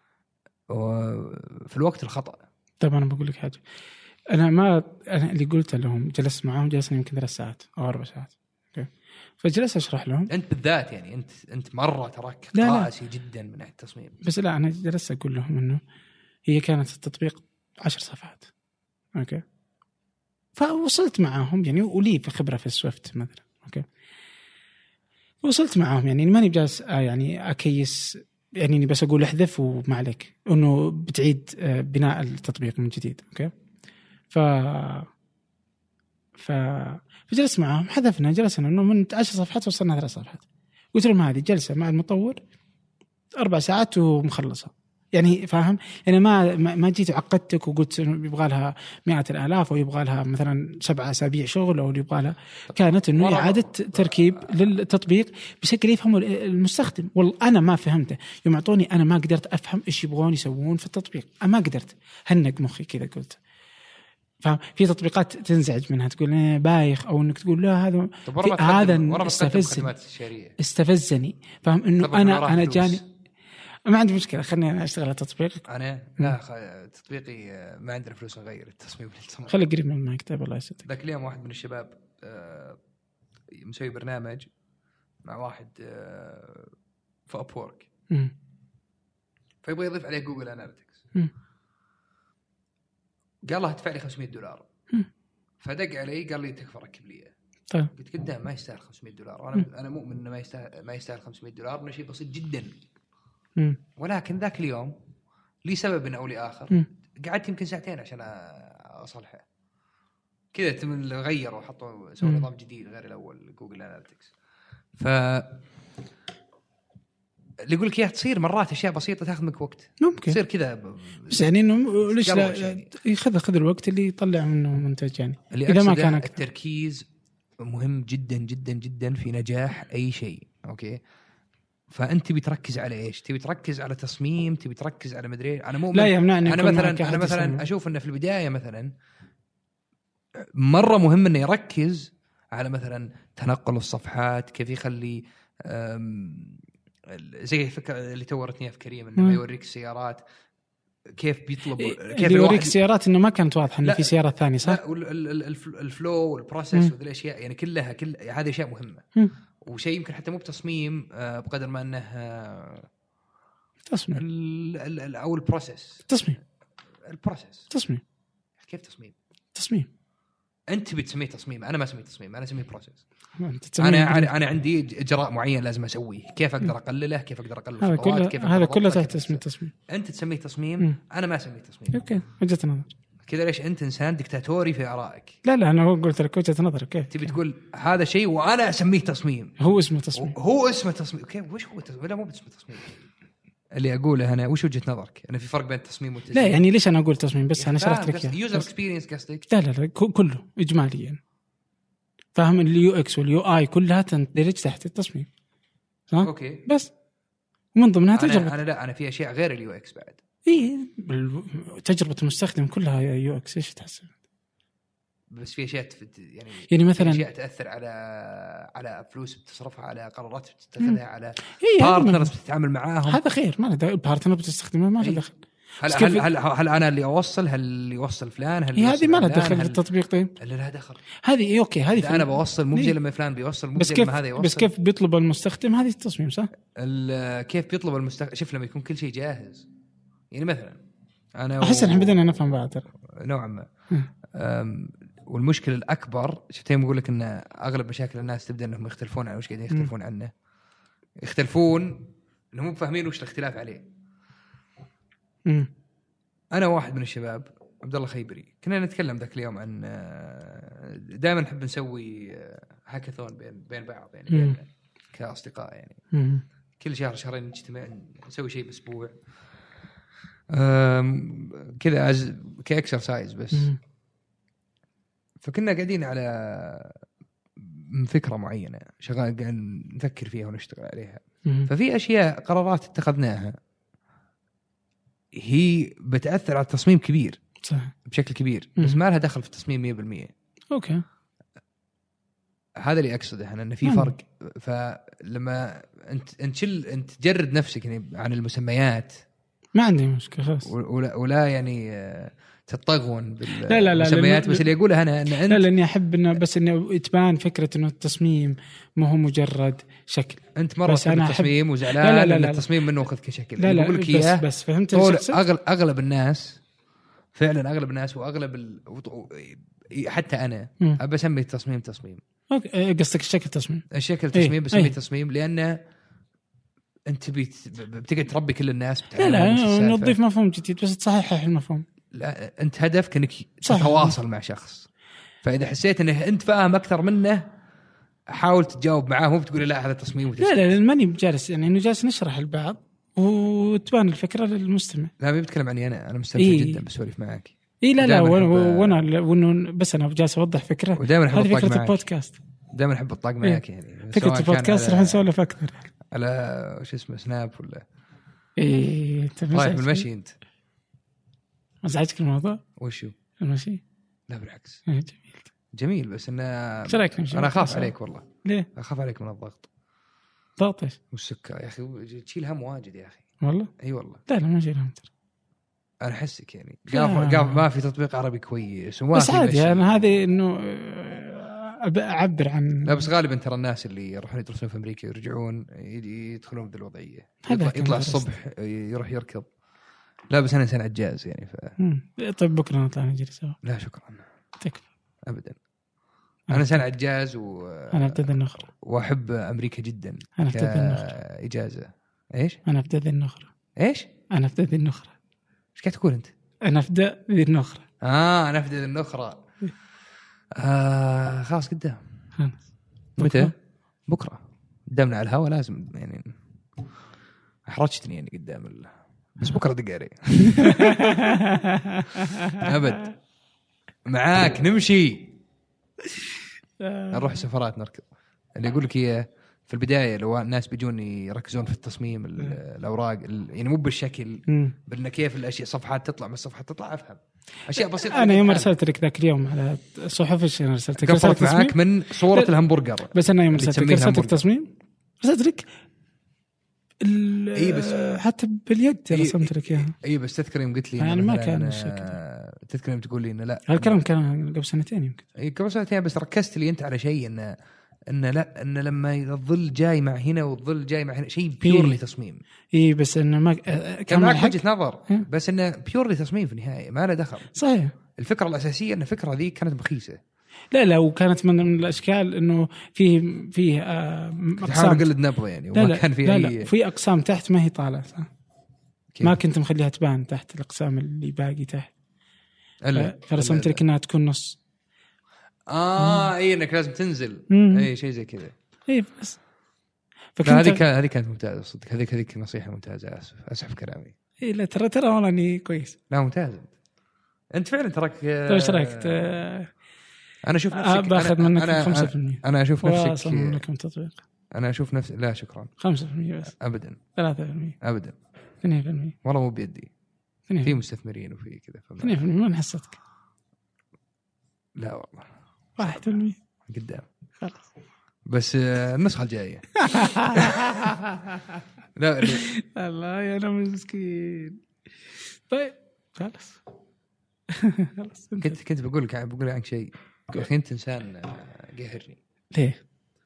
في الوقت الخطا. طيب انا بقول لك حاجه، انا ما انا اللي قلت لهم جلست معهم جلسنا يمكن ثلاث ساعات او اربع ساعات، اوكي، فجلست اشرح لهم. انت بالذات يعني انت انت مره تراك قاسي جدا من ناحيه التصميم. بس لا انا جلست اقول لهم انه هي كانت التطبيق عشر صفحات، اوكي، فوصلت معاهم يعني، ولي في خبره في السويفت مثلا، اوكي، وصلت معاهم يعني ماني بجالس يعني اكيس، يعني اني بس اقول احذف وما عليك، انه بتعيد بناء التطبيق من جديد، اوكي. ف ف فجلست معاهم، حذفنا، جلسنا انه من عشر صفحات وصلنا ثلاث صفحات، قلت لهم هذه جلسه مع المطور اربع ساعات ومخلصه، يعني فاهم يعني ما ما جيت عقدتك وقلت يبغى لها مئات الالاف او يبغى لها مثلا سبعة اسابيع شغل او يبغى لها، كانت انه اعاده تركيب للتطبيق بشكل يفهمه المستخدم. والله انا ما فهمته، يوم اعطوني انا ما قدرت افهم ايش يبغون يسوون في التطبيق، انا ما قدرت، هنق مخي كذا. قلت ففي تطبيقات تنزعج منها، تقول إيه بايخ، او انك تقول لا هذا هذا استفزني استفزني فاهم انه انا انا جاني ما عندي مشكله، خليني انا اشتغل على تطبيق. انا لا خ... تطبيقي ما عندنا فلوس نغير التصميم للتصميم. خلي قريب من المكتب الله يسعدك. ذاك اليوم واحد من الشباب آه مسوي برنامج مع واحد آه في ابورك، فيبغى يضيف عليه جوجل اناليتكس، قال له ادفع لي خمسمية دولار. م. فدق علي قال لي تكفى ركب لي. طيب قلت قدام ما يستاهل خمسمية دولار، انا م. انا مؤمن انه ما يستاهل ما يستاهل خمسمية دولار، انه شيء بسيط جدا. م. ولكن ذاك اليوم لي سبب او لاخر م. قعدت يمكن ساعتين عشان اصلحه كذا، تم غيروا وحطوا سووا نظام جديد غير الاول جوجل اناليتكس. ف اللي يقول لك يا تصير مرات اشياء بسيطه تاخذ منك وقت، ممكن تصير كذا ب... بس يعني انه ليش لا يعني. ياخذ خذ الوقت اللي يطلع منه منتج يعني. اذا ما كان أكثر. التركيز مهم جدا جدا جدا في نجاح اي شيء، اوكي. فانت بتركز على ايش؟ تبي تركز على تصميم، تبي تركز على مدري. انا مؤمن لا يمنعني انا مثلا انا مثلا اشوف انه في البدايه مثلا مره مهم انه يركز على مثلا تنقل الصفحات، كيف يخلي زي الفكره اللي تورتني في كريم انه ما يوريك السيارات كيف بيطلب، كيف يوريك السيارات انه ما كانت واضحه انه في سياره ثانيه صح. لا الفلو والبروسيس وذي الاشياء يعني كلها كل هذه اشياء مهمه. م. وشيء يمكن حتى مو بتصميم بقدر ما انه تصميم او البروسيس تصميم البروسيس تصميم. كيف تصميم تصميم انت بتسميه تصميم، انا ما اسميه تصميم، انا اسميه بروسيس. انا انا عندي اجراء معين لازم اسويه، كيف اقدر اقلله، كيف اقدر اقلل الخطوات، كيف هذا كله تحت اسم التصميم. انت تسميه تصميم م. انا ما اسميه تصميم. اوكي وجهه نظر كذا. ليش انت انسان دكتاتوري في ارائك؟ لا لا انا قلت لك وجهه نظر. كيف تبي تقول هذا شيء وانا اسميه تصميم؟ هو اسمه تصميم، هو اسمه تصميم. كيف وش هو تصميم؟ لا مو باسمه تصميم. اللي اقوله انا وش وجهه نظرك؟ انا في فرق بين التصميم والتسويق. لا يعني ليش انا اقول تصميم بس انا شرحت لك يوزر اكسبيرينس قصدك؟ لا لا لا كله اجماليا فاهم. اليو اكس واليو اي كلها تندرج تحت التصميم ها؟ اوكي بس من ضمنها تجربه. انا, أنا لا انا في اشياء غير اليو اكس بعد. اي تجربه المستخدم كلها يو اكس. ايش تحسب؟ بس في اشياء يعني يعني مثلا اشياء تاثر على على فلوس بتصرفها، على قرارات بتتخذها، على إيه بارتنرز بتتعامل معاهم. هذا خير، ما له بارتنر بتستخدمه ما له دخل. هل هل, هل هل انا اللي اوصل، هل اللي يوصل فلان، هل هذه ما لها دخل في التطبيق. طيب اللي لها دخل هذه اوكي، هذه انا بوصل مو زي لما فلان بيوصل، مو زي لما هذا يوصل. بس كيف بيطلب المستخدم هذه التصميم صح؟ كيف بيطلب المستخدم؟ شوف لما يكون كل شيء جاهز يعني مثلا انا احس ان بدنا نفهم بعض نوعا ما. والمشكله الاكبر شفتي يقول لك ان اغلب مشاكل الناس تبدا انهم يختلفون عن وش قاعدين يختلفون عنه. يختلفون انهم مو فاهمين وش الاختلاف عليه. م. انا واحد من الشباب عبد الله خيبري. كنا نتكلم ذاك اليوم عن دائما نحب نسوي هاكاثون بين بين بعض يعني بين كاصدقاء يعني مم. كل شهر شهرين نجتمع نسوي شيء باسبوع كذا كاكسرسايز بس. مم. فكنا قاعدين على فكرة معينة شغال قاعد نفكر فيها ونشتغل عليها. مم. ففي أشياء قرارات اتخذناها هي بتأثر على التصميم كبير صح. بشكل كبير بس ما لها دخل في التصميم مية بالمية. أوكي هذا اللي أقصده أنا، أن في مم. فرق. فلما أنت أنت شل أنت تجرد نفسك يعني عن المسميات ما عندي مشكلة خلاص، ولا, ولا يعني تطغون لا لا بالمسميات. لا بس اللي أقوله أنا أن أنت لا لأني أحب إنه بس إنه تبان فكرة إنه التصميم ما هو مجرد شكل. أنت مرة تحب التصميم وزعلان لا لا لا أن لا التصميم منه أخذ كشكل. لا لا بقول لك بس, إياه بس فهمت أغلب, أغلب الناس فعلا أغلب الناس وأغلب ال... حتى أنا مم. أبى أسمي التصميم تصميم. أوكي قصدك الشكل تصميم. الشكل تصميم ايه؟ بسميه ايه؟ تصميم لأنه أنت بيت... بتقعد تربي كل الناس. لا لا نضيف مفهوم جديد بس تصحح المفهوم. لا أنت هدفك إنك صح. تتواصل مع شخص، فإذا حسيت إنه أنت فاهم أكثر منه حاول تجاوب معاه، مو بتقول لا هذا تصميم لا لا ماني بجالس يعني إنه جالس نشرح البعض وتبان الفكرة للمستمع. لا ما بتكلم عني أنا، أنا مستمتع إيه؟ جدا بسولف معاك. إيه لا لا وأنا وأنا بس أنا جالس أوضح فكرة. ودائما أحب هذه فكرة معك. البودكاست. دائما أحب الطاق معك إيه؟ يعني. فكرة البودكاست راح نسولف أكثر على وش اسمه سناب ولا إيه؟ رايح بالمشي أنت؟ أزعجك الموضوع؟ وشو المشي؟ لا بالعكس إيه جميل جميل بس إنه أنا أخاف عليك والله. ليه؟ أخاف عليك من الضغط. ضغط إيش؟ والسكر يا أخي تشيل هم واجد يا أخي. والله؟ أي والله. لا لا ما شيل هم. أنا أحسك يعني قاف قاف ما في تطبيق عربي كويس وما بس في عادي أنا هذه إنه أعبر عن. لا بس غالبا ترى الناس اللي يروحون يدرسون في أمريكا يرجعون يدخلون بذي الوضعية. يطلع, يطلع الصبح يروح يركض. لا بس أنا إنسان عجاز يعني ف. طيب بكرة نطلع نجري سوا. لا شكرا. تكفى. أبدا. أنا إنسان عجاز و. أنا أبتدي النخرة. وأحب أمريكا جدا. أنا أبتدي النخرة. إجازة. إيش؟ أنا أبتدي النخرة. إيش؟ أنا أبتدي النخرة. إيش قاعد تقول أنت؟ أنا أبدأ ذي النخرة. آه أنا أبدأ النخرة. آه خلاص قدام. خلاص. متى؟ بكرة. قدامنا على الهواء لازم يعني. أحرجتني يعني قدام ال... بس بكرة دقاري. أبد. معاك نمشي. نروح سفرات نركض. اللي يقول لك إيه في البداية لو الناس بيجون يركزون في التصميم الأوراق يعني مو بالشكل بأن كيف الأشياء صفحات تطلع من الصفحات تطلع أفهم أشياء بسيطة. أنا يوم أرسلت لك ذاك اليوم على صحف إيش أنا أرسلت لك قفلت معاك من صورة الهمبرجر. بس أنا يوم أرسلت لك أرسلت لك تصميم أرسلت لك إيه بس حتى باليد رسمت لك إياها. إيه بس تذكر يوم قلت لي يعني ما كان الشكل. تذكر يوم تقول لي إنه لا هالكلام كان قبل سنتين يمكن. إيه قبل سنتين بس ركزت لي أنت على شيء إنه إن لا إن لما الظل جاي مع هنا والظل جاي مع هنا شيء بيورلي تصميم. إيه بس إنه ما كان معك وجهة نظر بس إنه بيورلي تصميم في النهاية ما له دخل. صحيح. الفكرة الأساسية إن الفكرة ذي كانت بخيسة. لا لا وكانت من الأشكال إنه فيه فيه أقسام قلد نبض يعني وما كان فيه لا أي. لا في أقسام تحت ما هي طالعة ما كنت مخليها تبان تحت الأقسام اللي باقي تحت. فرسمت لك إنها تكون نص. آه إيه إنك لازم تنزل. إيه شيء زي كذا. إيه بس. هذه كانت هذه كانت ممتازة صدق. هذيك هذيك نصيحة ممتازة. أسف أسف كلامي. إيه لا ترى ترى والله إني كويس. لا ممتاز. أنت فعلا تراك. طيب إيش رأيك؟ أنا أشوف نفسك. باخذ منك خمسة في المية. أنا أشوف نفسك. أصمم لكم تطبيق. أنا أشوف نفسي لا شكرا. خمسة في المية بس. أبدا. ثلاثة في المية. أبدا. اثنين في المية. والله مو بيدي. في مستثمرين وفي كذا. اثنين في المية من حصتك. لا والله. واحد في المية. قدام. خلاص. بس النسخة الجاية. لا الله يا أنا مسكين. طيب خلاص. خلاص. كنت كنت بقول لك بقول عنك شيء. يا أخي أنت إنسان قاهرني. ليه؟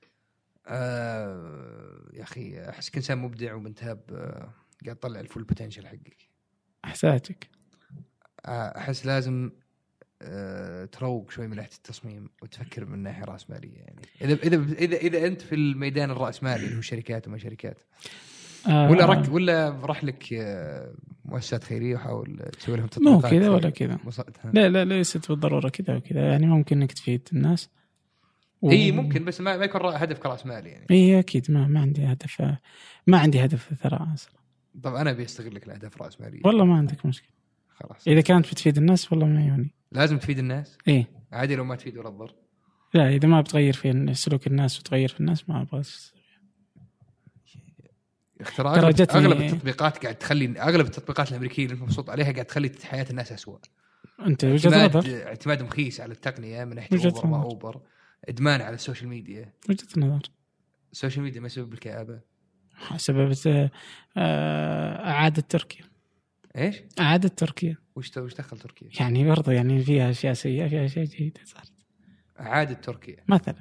آه يا أخي أحسك إنسان مبدع ومنتهب آه قاعد تطلع الفول بوتنشل حقك. أحساتك. آه أحس لازم آه تروق شوي من ناحية التصميم وتفكر من ناحية رأسمالية يعني. إذا إذا إذا إذا أنت في الميدان الرأسمالي اللي هو شركات وما شركات آه ولا رك ولا راح لك مؤسسات خيريه وحاول تسوي لهم مو تطبيقات كذا ولا كذا. لا لا ليست بالضروره كذا وكذا، يعني ممكن انك تفيد الناس و... هي ممكن، بس ما ما يكون هدف كراس مال يعني. اي اكيد ما ما عندي هدف، ما عندي هدف ثراء اصلا. طب انا بيستغل لك الاهداف راس ماليه والله ما عندك مشكله خلاص. اذا كانت بتفيد الناس والله ما يوني. لازم تفيد الناس ايه عادي لو ما تفيد ولا تضر. لا اذا ما بتغير في سلوك الناس وتغير في الناس ما ابغى. ترى اغلب, أغلب التطبيقات قاعد تخلي اغلب التطبيقات الامريكيه اللي مبسوط عليها قاعد تخلي حياه الناس اسوء. انت وجهه نظر، اعتماد مخيس على التقنيه من ناحيه اوبر ما اوبر، ادمان على السوشيال ميديا. وجهه نظر. السوشيال ميديا ما سبب الكآبه؟ سبب اعاده تركيا. ايش اعاده تركيا؟ وش وش دخل تركيا يعني برضه يعني فيها اشياء سيئه فيها اشياء جيده صارت. اعاده تركيا مثلا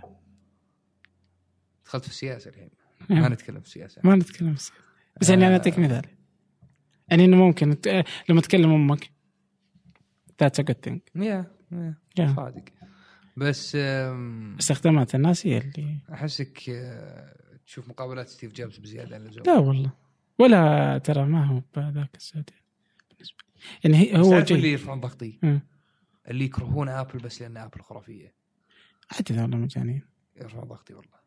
دخلت في السياسه الحين. ما نتكلم في السياسه ما نتكلم في السياسه بس يعني انا اعطيك مثال، يعني انه ممكن لما تكلم امك that's a good thing. يا يا صادق. بس استخدامات الناس هي اللي احسك تشوف مقابلات ستيف جوبز بزياده عن اللزوم. لا والله ولا ترى ما هو بذاك السعودي بالنسبه لي. يعني هو جاي اللي يرفعون ضغطي م. اللي يكرهون ابل بس لان ابل خرافيه. عادي والله مجانين يرفعون ضغطي والله.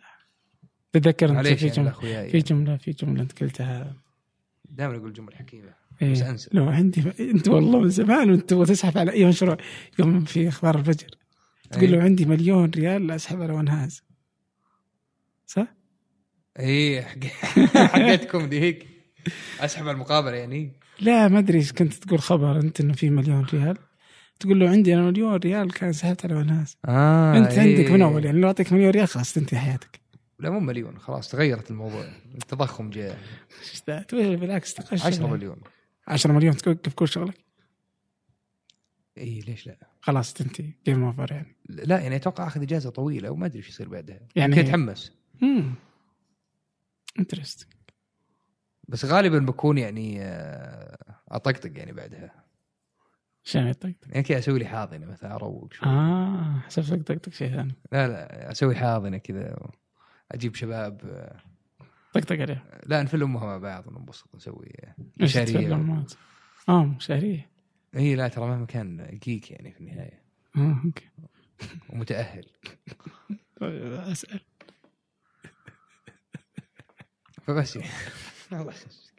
تذكر انت في يعني جمله في يعني. جمله في جمله انت قلتها دائما اقول جمل حكيمه إيه. بس انسى. لو عندي انت والله من زمان وانت تسحب على اي مشروع يوم في اخبار الفجر تقول أيه. لو عندي مليون ريال لا اسحب على وانهاز صح؟ ايه حقتكم دي هيك اسحب على المقابله يعني. لا ما ادري ايش كنت تقول خبر انت انه في مليون ريال تقول له عندي انا مليون ريال كان سحبت على وانهاز. آه انت إيه. عندك من اول يعني لو اعطيك مليون ريال خلاص تنتهي حياتك. لا مو مليون خلاص تغيرت الموضوع. التضخم جاء بالعكس تقشر عشرة مليون عشرة مليون توقف كل شغلك. ايه ليش لا خلاص تنتهي جيم اوفر يعني. لا يعني اتوقع اخذ اجازه طويله وما ادري ايش يصير بعدها يعني كنت اتحمس. امم انترستنج بس غالبا بكون يعني اطقطق يعني بعدها. شنو يطقطق يعني كذا اسوي لي حاضنه مثلا اروق شوي. اه حسبتك طقطق شيء ثاني. لا لا اسوي حاضنه كذا اجيب شباب طقطق عليه. لا نفل امها مع بعض وننبسط نسوي مشاريع. اه مشاريع. اي لا ترى مهما كان جيك يعني في النهايه. اه اوكي ومتاهل. اسال فبس الله